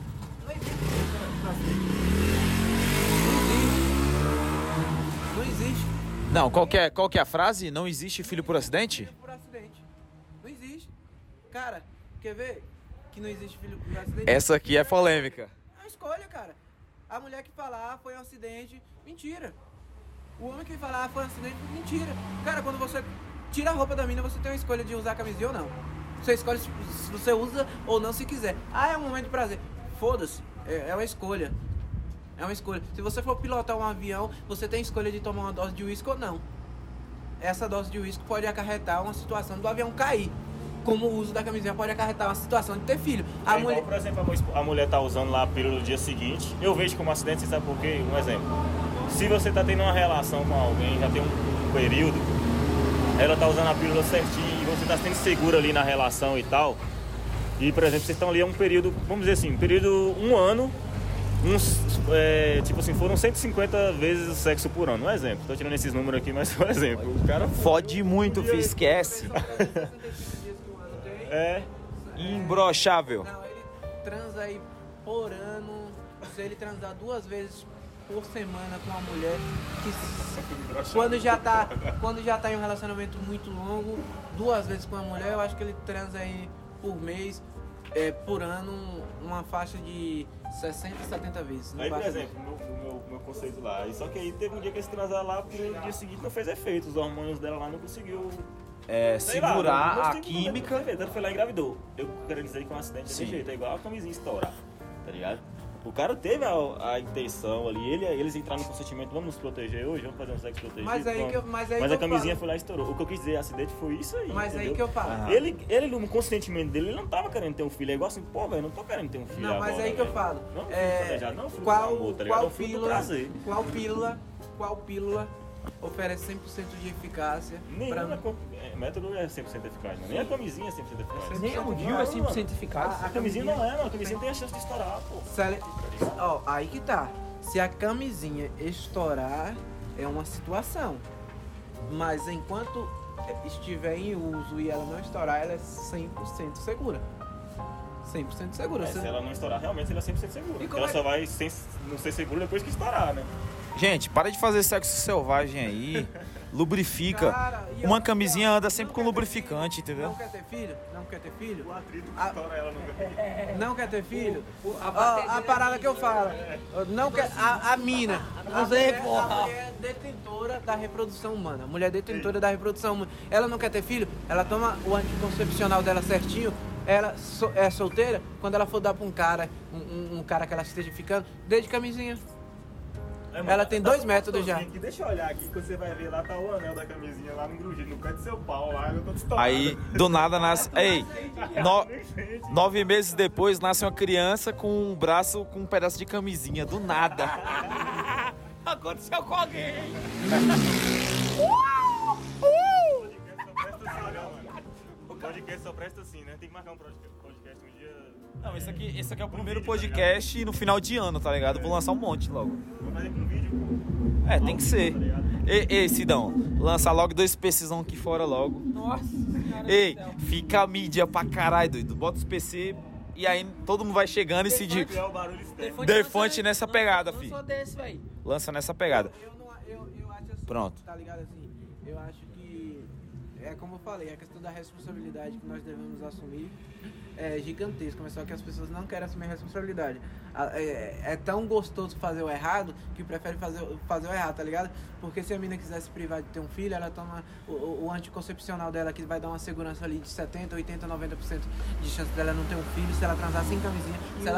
Não existe. Não, qual que é a frase? Não existe filho por acidente? Filho por acidente. Não existe. Cara, quer ver que não existe filho por acidente? Essa aqui é polêmica. É uma escolha, cara. A mulher que fala, foi um acidente, mentira. O homem que fala, foi um acidente, mentira. Cara, quando você tira a roupa da mina, você tem uma escolha de usar a camisinha ou não. Você escolhe se você usa ou não se quiser. É um momento de prazer. Foda-se. É uma escolha. É uma escolha. Se você for pilotar um avião, você tem escolha de tomar uma dose de uísque ou não. Essa dose de uísque pode acarretar uma situação do avião cair. Como o uso da camisinha pode acarretar uma situação de ter filho. Igual, por exemplo, a mulher tá usando lá a pílula no dia seguinte. Eu vejo como acidente, você sabe por quê? Um exemplo. Se você tá tendo uma relação com alguém, já tem um período, ela tá usando a pílula certinho e você tá sendo seguro ali na relação e tal. E, por exemplo, vocês estão ali um período, vamos dizer assim, um período, um ano, tipo assim, foram 150 vezes o sexo por ano. Um exemplo. Tô tirando esses números aqui, mas é um exemplo. O cara Fode muito, filho, esquece. é. Imbrochável. Não, ele transa aí por ano. Se ele transar 2 vezes por semana com uma mulher, que quando já tá em um relacionamento muito longo, 2 vezes com uma mulher, eu acho que ele transa aí por mês, por ano, uma faixa de 60, 70 vezes. Aí, por exemplo, meu conceito lá. Só que aí teve um dia que esse transar lá, porque no dia seguinte não fez efeito. Os hormônios dela lá não conseguiu Segurar lá, a química. Ela foi lá e engravidou. Eu quero dizer que é um acidente desse jeito. É igual a camisinha estourar, tá ligado? O cara teve a intenção ali, eles entraram no consentimento, vamos nos proteger hoje, vamos fazer um sexo protegido. Mas a camisinha foi lá e estourou. O que eu quis dizer, acidente foi isso aí. Mas entendeu? aí que eu falo. Ele no consentimento dele, ele não tava querendo ter um filho. É igual assim, pô, velho, não tô querendo ter um filho. Não, agora, mas aí que eu falo. Não, não fruto do amor, tá ligado? É um fruto do prazer. Qual pílula oferece 100% de eficácia? Nenhum método é 100% eficaz, não. Nem a camisinha é 100% eficaz. Nem o DIU é 100% eficaz. A camisinha não é, mano. A camisinha tem a chance de estourar, pô. Ó, aí que tá. Se a camisinha estourar, é uma situação. Mas enquanto estiver em uso e ela não estourar, ela é 100% segura. 100% segura. Se ela não estourar, realmente ela é 100% segura. E como Ela é só vai não ser segura depois que estourar, né? Gente, para de fazer sexo selvagem aí. Lubrifica. Cara, e Uma ó, camisinha anda sempre não com quer ter lubrificante, entendeu? Não quer ter filho? Não quer ter filho? O atrito que estoura ela no Não quer ter filho? A parada que eu falo. Não quer, a mina. A mulher é detentora da reprodução humana. A mulher é detentora da reprodução humana. Ela não quer ter filho? Ela toma o anticoncepcional dela certinho. Ela é solteira. Quando ela for dar pra um cara, um cara que ela esteja ficando, dê de camisinha. Ela tem 2 métodos já. Aqui, deixa eu olhar aqui que você vai ver lá, tá o anel da camisinha lá no grugido, no canto do seu pau lá, eu tô estourado. Aí, do nada, nasce... Ei, 9 meses depois, nasce uma criança com um braço com um pedaço de camisinha. Do nada. Aconteceu com alguém. O podcast só presta assim, né? Tem que marcar um podcast um dia... Não, esse aqui é o primeiro podcast no final de ano, tá ligado? Vou lançar um monte logo. Vou fazer com um vídeo, pô. Tem que ser. Ei, Sidão, lança logo 2 PCzão aqui fora logo. Nossa, cara. Ei, fica a mídia pra caralho, doido. Bota os PC e aí todo mundo vai chegando e se diz. É o barulho externo. Defante nessa pegada, fi. fi. Eu sou desse, velho. Lança nessa pegada. Eu acho assim. Pronto. Tá ligado assim? Eu acho que. É como eu falei, a questão da responsabilidade que nós devemos assumir é gigantesca, mas só que as pessoas não querem assumir a responsabilidade. É tão gostoso fazer o errado que prefere fazer o errado, tá ligado? Porque se a menina quiser se privar de ter um filho, ela toma o anticoncepcional dela, que vai dar uma segurança ali de 70, 80, 90% de chance dela não ter um filho, se ela transar sem camisinha.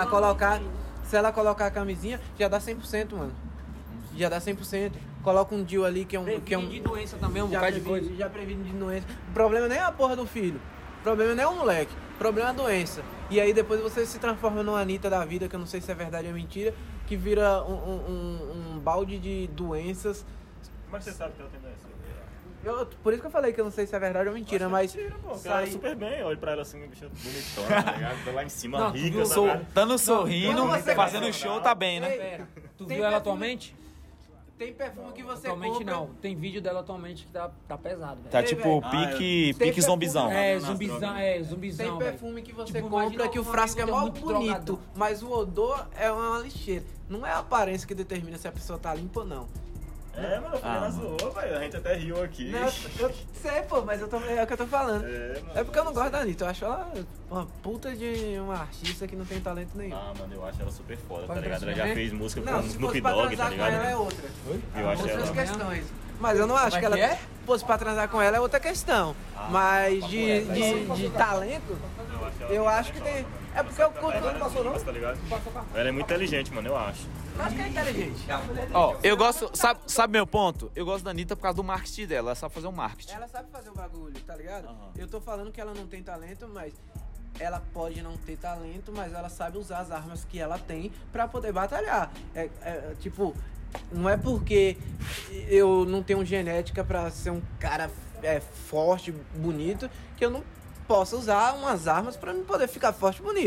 Se ela colocar a camisinha, já dá 100%, mano. Já dá 100%. Coloca um DIU ali que é um... de doença também, um já bocado de previne, coisa. já previne de doença. O problema nem é a porra do filho. O problema nem é o moleque. O problema é a doença. E aí depois você se transforma numa Anitta da vida, que eu não sei se é verdade ou mentira, que vira um balde de doenças. Como é que você sabe que ela tem doença? Por isso que eu falei que eu não sei se é verdade ou mentira, mas... Mentira, pô. Ela super bem, olha pra ela assim, bicha bonitona, tá ligado? Tá lá em cima, Não, rica, tu viu? tá ligado? Dando sorrindo, quando você- fazendo show, tá bem, né? Pera, tu Tem viu ela perfume- atualmente? Tem perfume que você Atualmente compra... não. Tem vídeo dela atualmente que tá pesado, velho. Tá Ei, tipo velho. pique Tem zombizão. É, Nas zumbizão, drogas. zumbizão, Tem velho. perfume que você Tipo, compra imagina que o uma frasco é amiga mó muito bonito, drogadão. mas o odor é uma lixeira. Não é a aparência que determina se a pessoa tá limpa ou não. É, mano, eu falei na zoa, velho. A gente até riu aqui. Não, eu sei, pô, mas é o que eu tô falando. Mano. É porque eu não gosto da Anitta, eu acho ela uma puta de uma artista que não tem talento nenhum. Ah, mano, eu acho ela super foda, tá Pode ligado? Ela transformar, já né? fez música com Não, o se Snoop fosse pra Dogg, tá transar com ela é ligado? outra. Eu acho Outras ela... questões. Mas eu não acho que ela... Fosse pra transar com ela é outra questão. Mas de talento, eu acho que tem... É porque eu curto... Tá ligado? Ela é muito inteligente, mano, eu acho. Eu acho que é inteligente. Ó, eu gosto, sabe meu ponto? Eu gosto da Anitta por causa do marketing dela, ela sabe fazer um marketing. Ela sabe fazer o bagulho, tá ligado? Eu tô falando que ela não tem talento, mas ela pode não ter talento, mas ela sabe usar as armas que ela tem pra poder batalhar. Tipo, não é porque eu não tenho genética pra ser um cara forte, bonito, que eu não possa usar umas armas pra me poder ficar forte e bonito.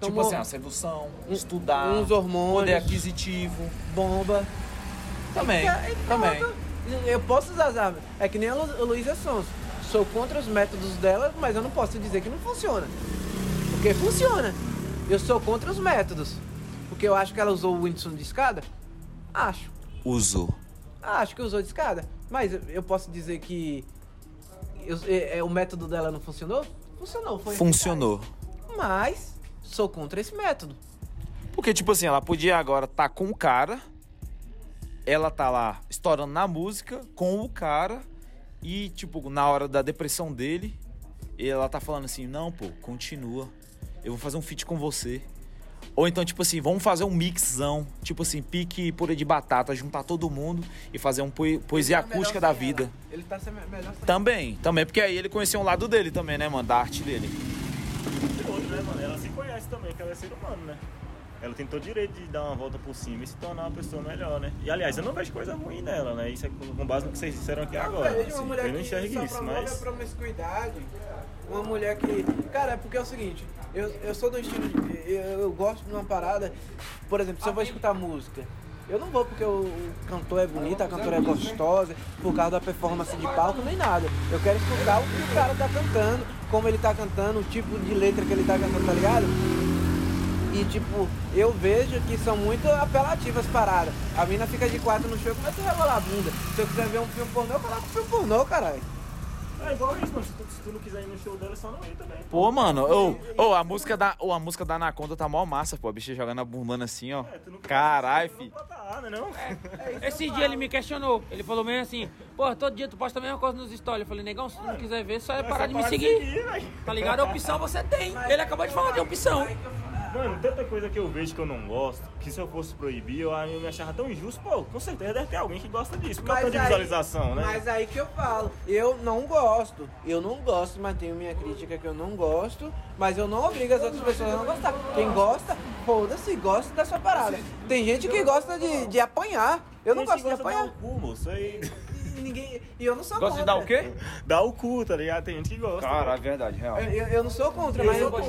Tipo assim, a sedução, estudar, uns hormônios, poder aquisitivo. bomba. Também, também. Eu posso usar, é que nem a Luísa Sonza. Sou contra os métodos dela, mas eu não posso dizer que não funciona. Porque funciona. Eu sou contra os métodos. Porque eu acho que ela usou o Whindersson de escada. Acho. Usou. Acho que usou de escada. Mas eu posso dizer que o método dela não funcionou? Funcionou. Funcionou. Mas sou contra esse método. Porque, tipo assim, ela podia agora tá com o cara, ela tá lá estourando na música com o cara e, tipo, na hora da depressão dele, ela tá falando assim, não, pô, continua, eu vou fazer um feat com você. Ou então, tipo assim, vamos fazer um mixzão, tipo assim, pique purê de batata, juntar todo mundo e fazer um poesia acústica da vida. Ele tá sendo melhor sem Também, porque aí ele conheceu um lado dele também, né, mano, da arte dele. E outro, né, mano? Ela se conhece também, que ela é ser humano, né? Ela tem todo o direito de dar uma volta por cima e se tornar uma pessoa melhor, né? E, aliás, eu não vejo coisa ruim nela, né? Isso é com base no que vocês disseram aqui agora. Uma mulher Eu não enxergo que isso, só promove mas... a promiscuidade. Uma mulher que... Cara, é porque é o seguinte, eu sou do estilo de... Eu gosto de uma parada... Por exemplo, se eu vou escutar música, eu não vou porque o cantor é bonito, a cantora é gostosa, por causa da performance de palco, nem nada. Eu quero escutar o que o cara tá cantando, como ele tá cantando, o tipo de letra que ele tá cantando, tá ligado? E tipo, eu vejo que são muito apelativas paradas. A mina fica de quatro no show e começa a rebolar a bunda. Se eu quiser ver um filme pornô, eu coloco um filme pornô, caralho. É igual isso, mano. Se tu não quiser ir no show dela, só não ir também. Pô, mano, a música da Anaconda tá mó massa, pô. A bicha jogando a bundana assim, ó. Caralho, fi. Não. Esse dia ele me questionou. Ele falou mesmo assim, pô, todo dia tu posta a mesma coisa nos stories. Eu falei, negão, se tu não quiser ver, só é parar de me seguir. Tá ligado? A opção você tem. Ele acabou de falar de opção. Mano, tanta coisa que eu vejo que eu não gosto, que se eu fosse proibir, eu me achava tão injusto. Pô, com certeza deve ter alguém que gosta disso. Por causa de visualização, né? Mas aí que eu falo, eu não gosto, mas tenho minha crítica que eu não gosto, mas eu não obrigo as outras pessoas a não gostar. Quem gosta, foda-se, gosta da sua parada. Tem gente que gosta de apanhar, eu não gosto de apanhar. Dar o cu, moço, aí... E eu não sou Gosta de contra. dar o quê? Dar o cu, tá ligado? Tem gente que gosta. Cara, é verdade, real. Eu não sou contra,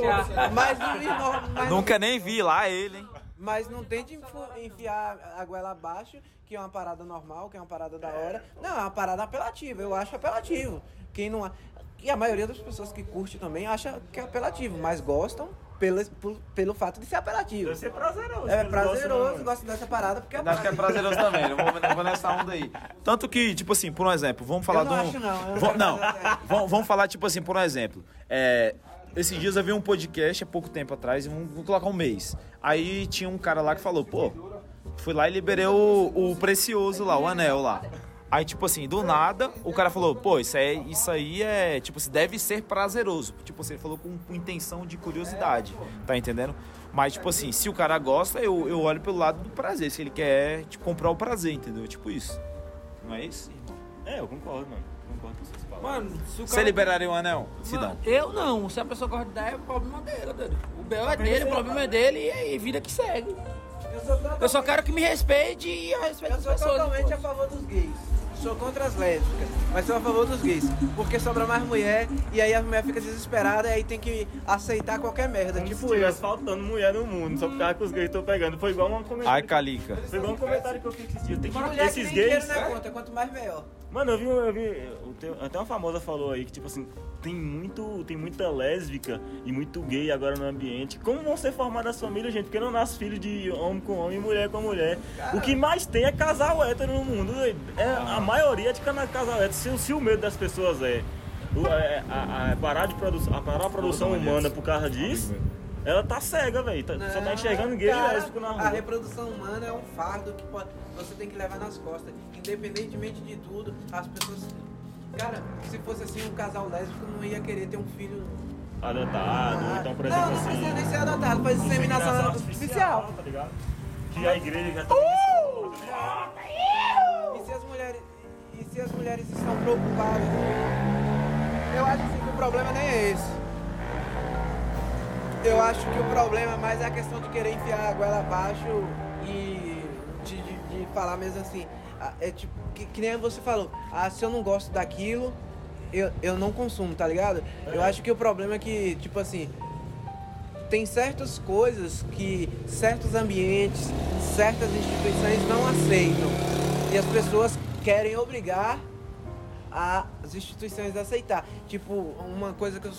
mas Nunca nem vi lá ele, hein? Mas não tente enfiar a goela abaixo, que é uma parada normal, que é uma parada da hora. Não, é uma parada apelativa, eu acho apelativo. Quem não... E a maioria das pessoas que curte também acha que é apelativo, mas gostam pelo fato de ser apelativo. Deve ser prazeroso. É prazeroso, gosto dessa parada porque é Acho que é prazeroso também, não vou nessa onda aí. Tanto que, tipo assim, por um exemplo, vamos falar Eu não de um... acho, não. Vamos falar, tipo assim, por um exemplo. Esses dias eu vi um podcast há pouco tempo atrás, vou colocar um mês. Aí tinha um cara lá que falou, pô, fui lá e liberei o Precioso lá, o anel lá. Aí, tipo assim, do nada, o cara falou, pô, isso aí é, tipo assim, deve ser prazeroso. Tipo assim, ele falou com intenção de curiosidade, tá entendendo? Mas, tipo assim, se o cara gosta, eu olho pelo lado do prazer. Se ele quer, tipo, comprar o prazer, entendeu? Tipo isso. Não é isso, irmão? Eu concordo, mano. Concordo com vocês falam. Mano, se o Você cara... liberaria o anel? Se Mano, não. eu não. Se a pessoa gosta de dar, é o problema dela, doido. O B.O. é dele, o problema é dele e aí, vida que segue. Eu só quero que me respeite e eu respeito Eu as sou pessoas. totalmente a favor dos gays. Sou contra as lésbicas, mas sou a favor dos gays. Porque sobra mais mulher e aí a mulher fica desesperada e aí tem que aceitar qualquer merda. Como Tipo se tivesse faltando mulher no mundo, só por causa que os gays estão pegando. Foi igual um comentário. Ai, Calica. Foi igual um comentário que eu fiz esses dias. Tem que mulher esses que tem gays. dinheiro na conta, quanto mais melhor. Mano, eu vi. Até uma famosa falou aí que, tipo assim, tem muita lésbica e muito gay agora no ambiente. Como vão ser formadas as famílias, gente? Porque não nasce filho de homem com homem e mulher com mulher. O que mais tem é casal hétero no mundo. A maioria é de casal hétero. Se o medo das pessoas parar a produção humana por causa disso, ela tá cega, velho. Só tá enxergando gay e lésbico na rua. A reprodução humana é um fardo que você tem que levar nas costas. Independentemente de tudo, as pessoas... Cara, se fosse assim, um casal lésbico não ia querer ter um filho... Adotado, ou então, por exemplo, não assim... precisa nem ser adotado, faz inseminação artificial. Tá ligado? Que a igreja já tá... E se as mulheres estão preocupadas? Eu acho assim, que o problema nem é esse. Eu acho que o problema mais é a questão de querer enfiar a goela abaixo e de falar mesmo assim. É tipo, que nem você falou, se eu não gosto daquilo, eu não consumo, tá ligado? Eu acho que o problema é que, tipo assim, tem certas coisas que certos ambientes, certas instituições não aceitam. E as pessoas querem obrigar as instituições a aceitar. Tipo, uma coisa que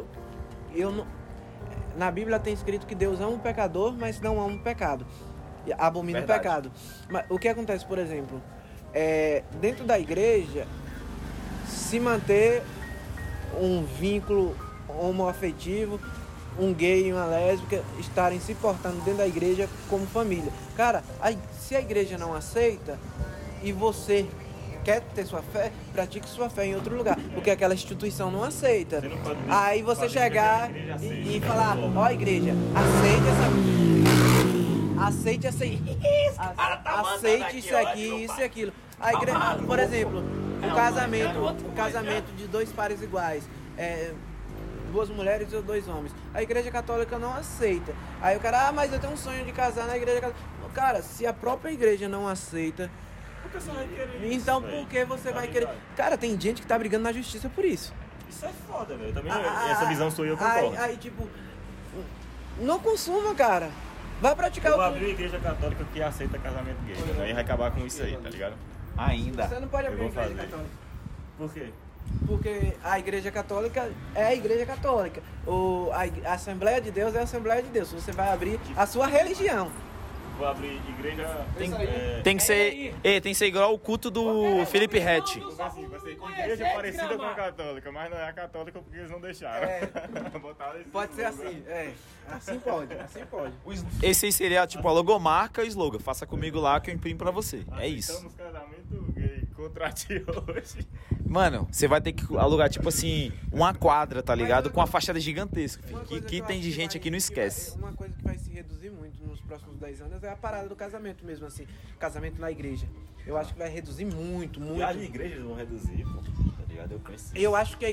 na Bíblia tem escrito que Deus ama o pecador, mas não ama o pecado. Abomina o pecado. Mas o que acontece, por exemplo, dentro da igreja, se manter um vínculo homoafetivo, um gay e uma lésbica estarem se portando dentro da igreja como família. Cara, se a igreja não aceita e você quer ter sua fé, pratique sua fé em outro lugar, porque aquela instituição não aceita. Aí você chegar e falar, ó, igreja, aceite isso aqui, isso e aquilo. A igreja, por exemplo, o casamento de dois pares iguais, duas mulheres ou dois homens. A igreja católica não aceita. Aí o cara, mas eu tenho um sonho de casar na igreja católica. Cara, se a própria igreja não aceita, então por que você vai querer? Cara, tem gente que tá brigando na justiça por isso. Isso é foda, velho. Também essa visão sua eu concordo. Aí, tipo, não consuma, cara. Vai praticar eu vou abrir uma igreja católica que aceita casamento gay. Aí vai acabar com isso aí, tá ligado? Ainda. Você não pode abrir Eu uma vou igreja fazer. católica. Por quê? Porque a igreja católica é a igreja católica. A Assembleia de Deus é a Assembleia de Deus. Você vai abrir a sua religião. Vou abrir igreja... Tem que ser igual o culto do Felipe Rett. Assim, vai ser igreja parecida com a católica, mas não é a católica porque eles não deixaram. Pode ser assim, assim pode. Esse aí seria tipo a logomarca e o slogan. Faça comigo lá que eu imprimo pra você. É isso. Estamos casamento gay contra ti hoje. Mano, você vai ter que alugar, tipo assim, uma quadra, tá ligado? Com uma fachada gigantesca. Que tem de gente aqui, não esquece. Uma coisa que vai se reduzir muito nos próximos 10 anos é a parada do casamento mesmo, assim. Casamento na igreja. Eu acho que vai reduzir muito. E as igrejas vão reduzir, pô. Tá ligado? Eu acho que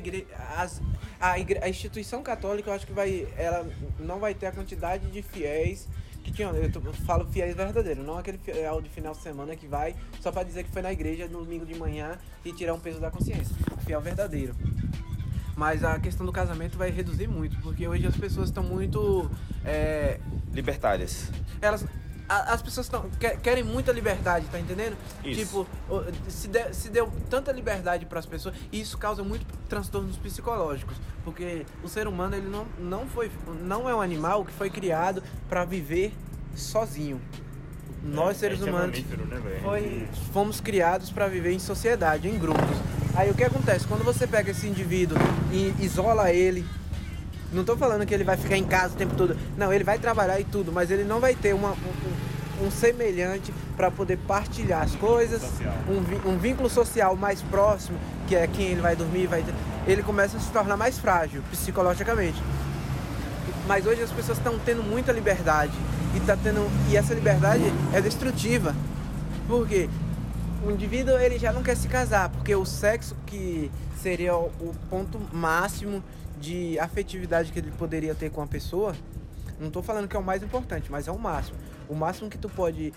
a instituição católica, eu acho que ela não vai ter a quantidade de fiéis que tinham. Eu falo fiéis verdadeiros, não aquele fiel de final de semana que vai só pra dizer que foi na igreja no domingo de manhã e tirar um peso da consciência. Fiel verdadeiro. Mas a questão do casamento vai reduzir muito, porque hoje as pessoas estão muito... Libertárias. As pessoas querem muita liberdade, tá entendendo? Isso. Tipo, se deu tanta liberdade para as pessoas, e isso causa muito transtornos psicológicos, porque o ser humano ele não é um animal que foi criado para viver sozinho. Nós seres humanos fomos criados para viver em sociedade, em grupos. Aí o que acontece? Quando você pega esse indivíduo e isola ele, não tô falando que ele vai ficar em casa o tempo todo, não, ele vai trabalhar e tudo, mas ele não vai ter um semelhante para poder partilhar as coisas, um vínculo social mais próximo, que é quem ele vai dormir, ele começa a se tornar mais frágil psicologicamente. Mas hoje as pessoas estão tendo muita liberdade e essa liberdade é destrutiva. Por quê? O indivíduo ele já não quer se casar, porque o sexo, que seria o ponto máximo de afetividade que ele poderia ter com a pessoa, não tô falando que é o mais importante, mas é o máximo. O máximo que tu pode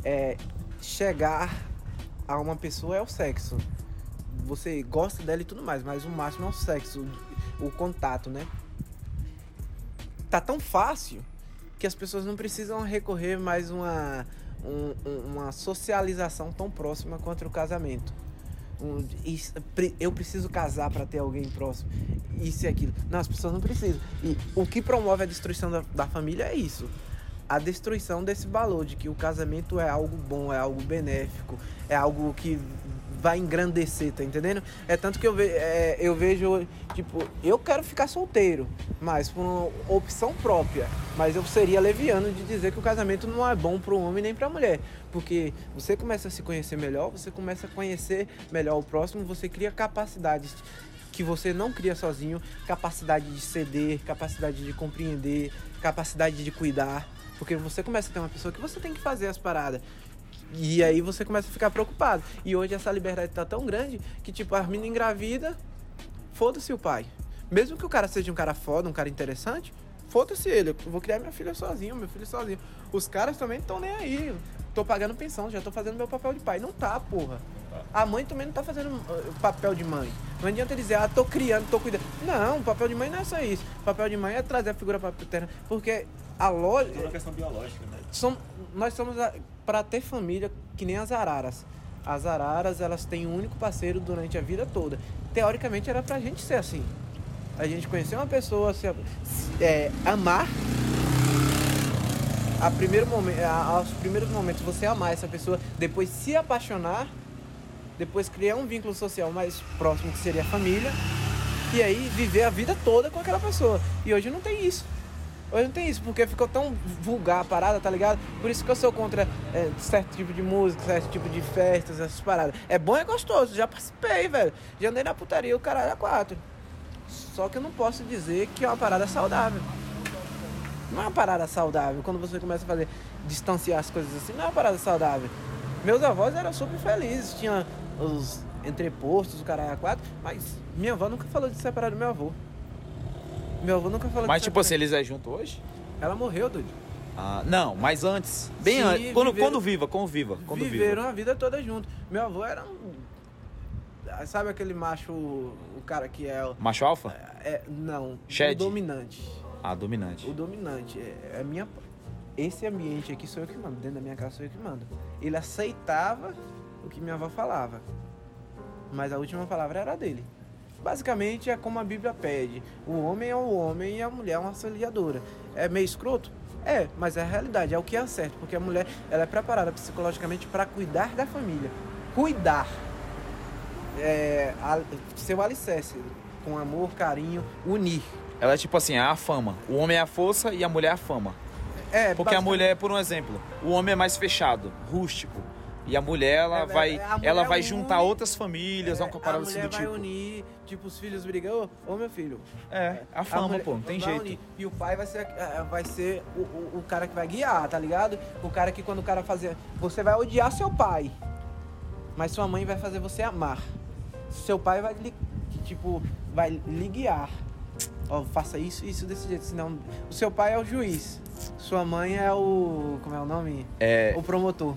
chegar a uma pessoa é o sexo. Você gosta dela e tudo mais, mas o máximo é o sexo, o contato, né? Tá tão fácil que as pessoas não precisam recorrer mais uma socialização tão próxima quanto o casamento. Eu preciso casar para ter alguém próximo, isso e aquilo. Não, as pessoas não precisam. E o que promove a destruição da família é isso. A destruição desse valor de que o casamento é algo bom, é algo benéfico, é algo que vai engrandecer, tá entendendo? É tanto que eu vejo, tipo, eu quero ficar solteiro, mas por uma opção própria. Mas eu seria leviano de dizer que o casamento não é bom para o homem nem para a mulher. Porque você começa a se conhecer melhor, você começa a conhecer melhor o próximo, você cria capacidades que você não cria sozinho, capacidade de ceder, capacidade de compreender, capacidade de cuidar. Porque você começa a ter uma pessoa que você tem que fazer as paradas. E aí você começa a ficar preocupado. E hoje essa liberdade tá tão grande que, tipo, a menina engravida, foda-se o pai. Mesmo que o cara seja um cara foda, um cara interessante, foda-se ele. Eu vou criar minha filha sozinho, meu filho sozinho. Os caras também estão nem aí. Tô pagando pensão, já tô fazendo meu papel de pai. Não tá, porra. A mãe também não tá fazendo o papel de mãe. Não adianta dizer, tô criando, tô cuidando. Não, o papel de mãe não é só isso. O papel de mãe é trazer a figura paterna. Porque a lógica... Toda a questão biológica, né? Nós somos para ter família que nem as araras. As araras, elas têm um único parceiro durante a vida toda. Teoricamente, era pra gente ser assim. A gente conhecer uma pessoa, amar... aos primeiros momentos você amar essa pessoa, depois se apaixonar, depois criar um vínculo social mais próximo, que seria a família, e aí viver a vida toda com aquela pessoa. E hoje não tem isso. Hoje não tem isso, porque ficou tão vulgar a parada, tá ligado? Por isso que eu sou contra certo tipo de música, certo tipo de festas, essas paradas. É bom, é gostoso, já participei, velho. Já andei na putaria, o caralho é 4. Só que eu não posso dizer que é uma parada saudável. Não é uma parada saudável. Quando você começa a distanciar as coisas assim, não é uma parada saudável. Meus avós eram super felizes, tinha os entrepostos, o caralho a 4, mas minha avó nunca falou de separar do meu avô. Meu avô nunca falou Mas de tipo separar. assim, eles é junto hoje? Ela morreu, doido. Ah, não, mas antes. Bem Sim, antes. Quando viveram- viva. Viveram a vida toda junto. Meu avô era um... Sabe aquele macho, o cara que é... Macho alfa? Não, Shed? o dominante. Ah, dominante. O dominante é minha... Esse ambiente aqui sou eu que mando. Dentro da minha casa sou eu que mando. Ele aceitava o que minha avó falava. Mas a última palavra era dele. Basicamente é como a Bíblia pede. O homem é o homem e a mulher é uma auxiliadora. É meio escroto? É, mas é a realidade, é o que é certo. Porque a mulher, ela é preparada psicologicamente para cuidar da família. Cuidar. Seu alicerce. Com amor, carinho, unir. Ela é tipo assim, é a fama. O homem é a força e a mulher é a fama. Porque a mulher, por um exemplo, o homem é mais fechado, rústico. E a mulher, ela vai juntar outras famílias, vamos comparar assim do A mulher vai tipo. unir, tipo, os filhos brigam, ô meu filho. A fama, mulher pô, não tem vai jeito. unir. E o pai vai ser o cara que vai guiar, tá ligado? O cara que quando o cara fazer... Você vai odiar seu pai, mas sua mãe vai fazer você amar. Seu pai vai lhe guiar. Ó, faça isso desse jeito, senão... O seu pai é o juiz, sua mãe é o... Como é o nome? O promotor.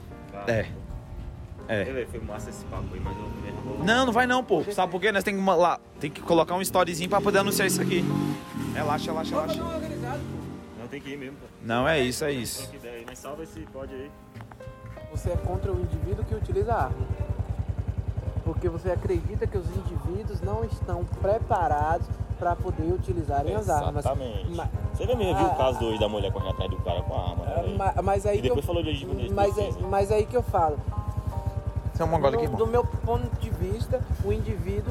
Foi massa esse papo aí, mas eu mesmo vou... Não vai não, pô. Sabe por quê? Nós tem que colocar um storyzinho pra poder anunciar isso aqui. Relaxa. Não, tem que ir mesmo, pô. Não, é isso. Tem que ideia aí, mas salva esse pod aí. Você é contra o indivíduo que utiliza a arma. Porque você acredita que os indivíduos não estão preparados para poder utilizarem as armas. Exatamente. Você também viu o caso da mulher correndo atrás do cara com a arma, né? Mas aí E depois falou de mas aí que eu falo. Você é um mongol aqui, irmão? Do meu ponto de vista, o indivíduo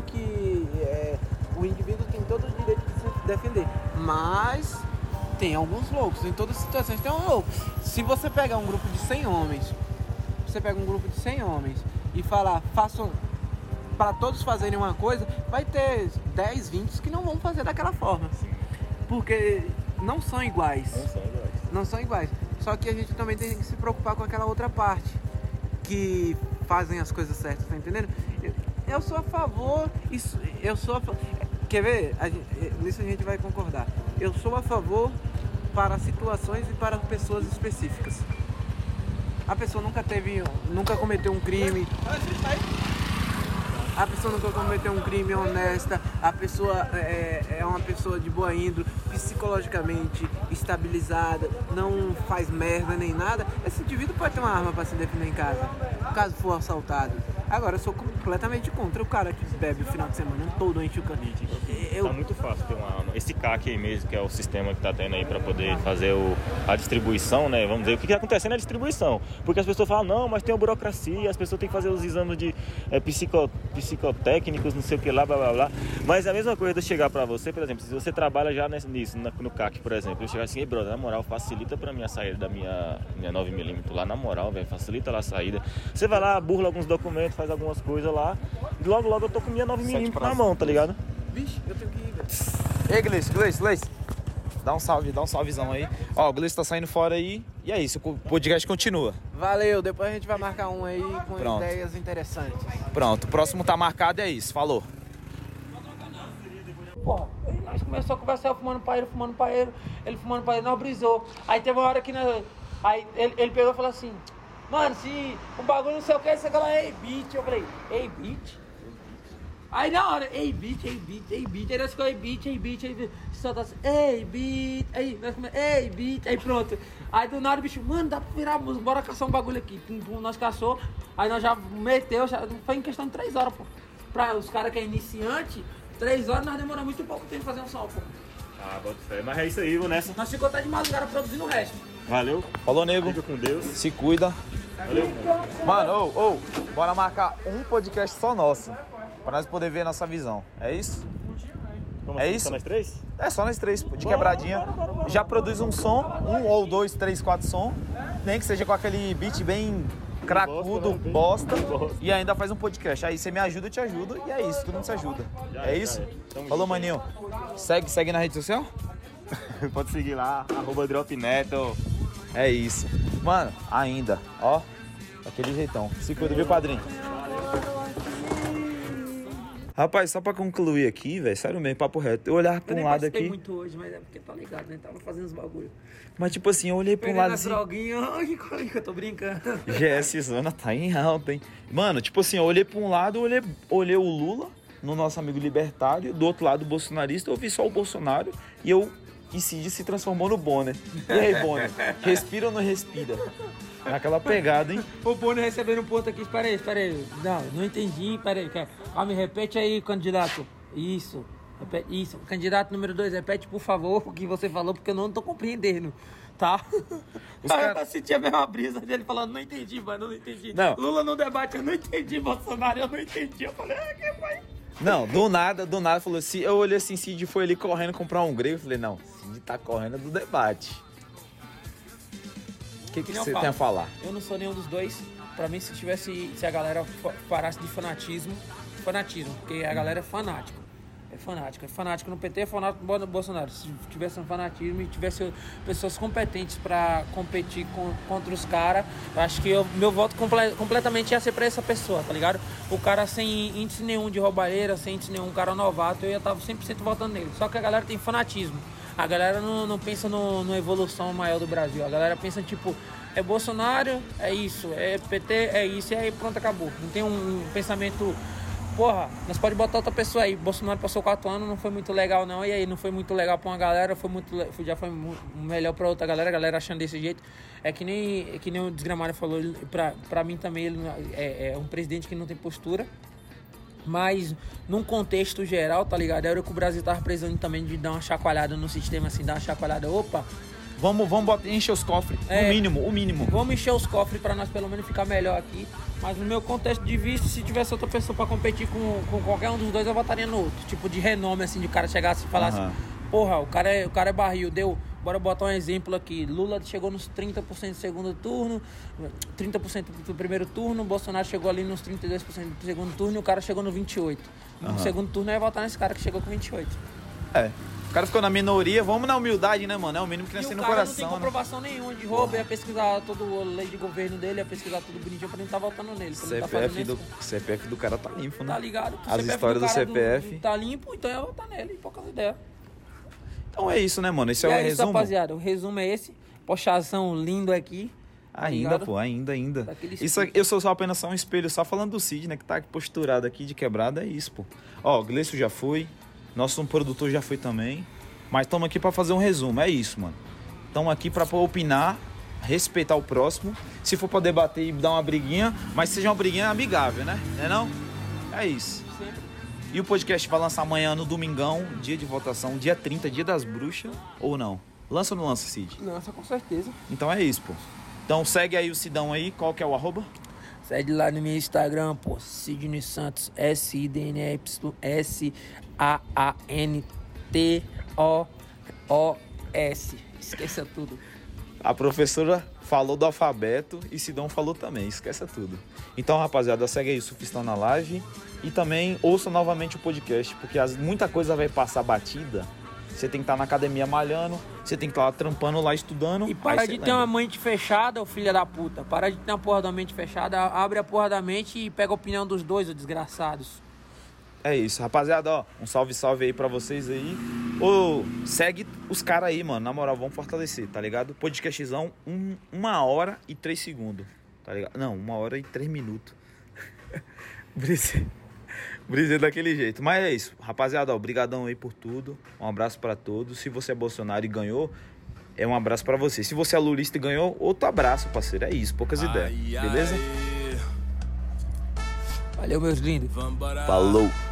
tem todo o direito de se defender. Mas tem alguns loucos. Em todas as situações tem um louco. Se você pegar um grupo de 100 homens, e falar, façam para todos fazerem uma coisa, vai ter 10, 20 que não vão fazer daquela forma. Sim. Porque não são iguais. Não são iguais. Só que a gente também tem que se preocupar com aquela outra parte que fazem as coisas certas, tá entendendo? Eu sou a favor, quer ver? Nisso a gente vai concordar. Eu sou a favor para situações e para pessoas específicas. A pessoa nunca cometeu um crime. A pessoa nunca cometeu um crime honesta, a pessoa é uma pessoa de boa índole, psicologicamente estabilizada, não faz merda nem nada. Esse indivíduo pode ter uma arma para se defender em casa, caso for assaltado. Agora, eu sou completamente contra o cara que bebe o final de semana todo, enche o canete. Tá muito fácil ter uma arma. Esse CAC aí mesmo, que é o sistema que tá tendo aí para poder fazer a distribuição, né? Vamos dizer, o que tá acontecendo é a distribuição. Porque as pessoas falam, não, mas tem a burocracia, as pessoas têm que fazer os exames de psicotécnicos, não sei o que lá, blá, blá, blá. Mas é a mesma coisa de chegar para você, por exemplo, se você trabalha já nisso, no CAC, por exemplo, eu chegar assim, ei, brother, na moral, facilita para mim a saída da minha 9mm lá, na moral, velho, facilita lá a saída. Você vai lá, burla alguns documentos, faz algumas coisas lá, e logo eu tô com minha 9mm na mão, tá ligado? Vixe, eu tenho que ir, velho. Ei, Gleice. Dá um salvezão aí. Ó, o Gleice tá saindo fora aí. E é isso, o podcast continua. Valeu, depois a gente vai marcar um aí com Pronto. ideias interessantes. Pronto, o próximo tá marcado, é isso. Falou. Porra, nós começamos a conversar, eu fumando paeiro, ele fumando paeiro, nós brisou. Aí teve uma hora que aí ele pegou e falou assim, mano, se um bagulho não sei o que, você fala, ei, beat. Eu falei, ei, beat? Aí na hora, ei, beat. Aí nós ficamos, ei, beat. Solta assim, ei, beat. Aí nós ficamos, ei, beat. Aí pronto. Aí do nada o bicho, mano, dá pra virar música, bora caçar um bagulho aqui. Nós caçou, aí nós já meteu, foi em questão de 3 horas, pô. Pra os caras que é iniciante, 3 horas nós demoramos muito pouco tempo pra fazer um som, pô. Ah, bota fé. Mas é isso aí, vou nessa. Nós ficou até de madrugada produzindo o resto. Valeu. Falou, nego. Fica com Deus. Se cuida. Valeu. Mano, bora marcar um podcast só nosso. Pra nós poder ver a nossa visão. É isso? Como É assim? isso? Só nós 3? É só nós 3, de quebradinha. Já produz um som, 1 ou 2, 3, 4 som. Nem que seja com aquele beat bem cracudo, bosta. E ainda faz um podcast. Aí você me ajuda, eu te ajudo. E é isso, todo mundo se ajuda. É isso? Falou, maninho. Segue na rede social? Pode seguir lá, @dropneto. É isso. Mano, ainda, ó. Daquele jeitão. Se cuida, viu, padrinho? Rapaz, só pra concluir aqui, velho, sério mesmo, papo reto. Eu olhava pra um lado aqui. Muito hoje, mas é porque tá ligado, né? Tava fazendo os bagulho. Mas tipo assim, eu olhei pra um lado assim. Droguinha, ai, que eu tô brincando. GS Zona tá em alta, hein? Mano, tipo assim, eu olhei pra um lado, olhei o Lula, no nosso amigo libertário, do outro lado o bolsonarista, eu vi só o Bolsonaro e Cid se transformou no Bonner. E aí, Bonner? Respira ou não respira? Naquela pegada, hein? O Bonner recebendo um ponto aqui, espera aí. Não entendi, espera aí. Me repete aí, candidato. Isso. Isso. Candidato número 2, repete, por favor, o que você falou, porque eu não tô compreendendo, tá? Eu senti a mesma brisa dele falando, não entendi, mano, não entendi. Não. Lula no debate, eu não entendi. Bolsonaro, eu não entendi. Eu falei, que foi? Não, do nada, falou assim, eu olhei assim, Cid foi ali correndo comprar um grego, eu falei, não, Cid tá correndo do debate. O que você tem a falar? Eu não sou nenhum dos dois. Pra mim, se a galera parasse de fanatismo, porque a galera é fanático. É fanático no PT, é fanático no Bolsonaro. Se tivesse um fanatismo e tivesse pessoas competentes pra competir contra os caras, eu acho que meu voto completamente ia ser pra essa pessoa, tá ligado? O cara sem índice nenhum de roubalheira, sem índice nenhum, cara novato, eu ia estar 100% votando nele. Só que a galera tem fanatismo. A galera não pensa na evolução maior do Brasil. A galera pensa, tipo, é Bolsonaro, é isso, é PT, é isso, e aí pronto, acabou. Não tem um pensamento, porra, nós pode botar outra pessoa aí. Bolsonaro passou 4 anos, não foi muito legal não, e aí não foi muito legal pra uma galera, já foi melhor pra outra galera, a galera achando desse jeito. É que nem o Desgramado falou, pra mim também ele é um presidente que não tem postura. Mas, num contexto geral, tá ligado? Era que o Brasil tava precisando também de dar uma chacoalhada no sistema, assim, dar uma chacoalhada. Opa! Vamos encher os cofres, o mínimo. Vamos encher os cofres pra nós pelo menos ficar melhor aqui. Mas no meu contexto de vista, se tivesse outra pessoa pra competir com qualquer um dos dois, eu votaria no outro. Tipo, de renome, assim, de o cara chegasse e falasse, porra, o cara é barril, deu... Bora botar um exemplo aqui. Lula chegou nos 30% do segundo turno, 30% do primeiro turno, Bolsonaro chegou ali nos 32% do segundo turno e o cara chegou no 28%. No segundo turno eu ia votar nesse cara que chegou com 28%. É. O cara ficou na minoria, vamos na humildade, né, mano? É o mínimo que nasce no coração. Não tem comprovação nenhuma de roubo, ia pesquisar toda a lei de governo dele, ia pesquisar tudo bonitinho pra não estar votando nele. CPF do cara tá limpo, né? Tá ligado? As histórias do CPF. Tá limpo, então eu ia votar nele, poucas ideias. Então é isso, né, mano? Esse é o isso, resumo. Rapaziada, o resumo é esse. Pochação lindo aqui. Ainda, pô, ainda. Isso, eu sou só apenas um espelho, só falando do Cid, né? Que tá posturado aqui de quebrada, é isso, pô. Ó, o Gleison já foi, nosso produtor já foi também. Mas estamos aqui pra fazer um resumo, é isso, mano. Estamos aqui pra opinar, respeitar o próximo. Se for pra debater e dar uma briguinha, mas seja uma briguinha amigável, né? Não é não? É isso. E o podcast vai lançar amanhã no domingão, dia de votação, dia 30, dia das bruxas, ou não? Lança ou não lança, Cid? Lança com certeza. Então é isso, pô. Então segue aí o Cidão aí, qual que é o @? Segue lá no meu Instagram, pô, Sidney Santos, SIDNY SANTOS. Esqueça tudo. A professora falou do alfabeto e Sidão falou também, esqueça tudo. Então, rapaziada, segue aí o Sufistão na live e também ouça novamente o podcast, porque muita coisa vai passar batida. Você tem que estar na academia malhando, você tem que estar lá trampando, lá estudando. E para de ter uma mente fechada, ô filha da puta. Para de ter uma porra da mente fechada, abre a porra da mente e pega a opinião dos dois, ô desgraçados. É isso, rapaziada, ó, um salve aí pra vocês aí. Segue os caras aí, mano, na moral, vamos fortalecer, tá ligado? Podcastzão, 1 hora e 3 segundos. tá ligado? Não, 1h03. Brisei daquele jeito. Mas é isso, rapaziada, obrigadão aí por tudo. Um abraço pra todos. Se você é Bolsonaro e ganhou, é um abraço pra você. Se você é lulista e ganhou, outro abraço, parceiro. É isso, poucas ideias. Beleza? Valeu, meus lindos. Falou.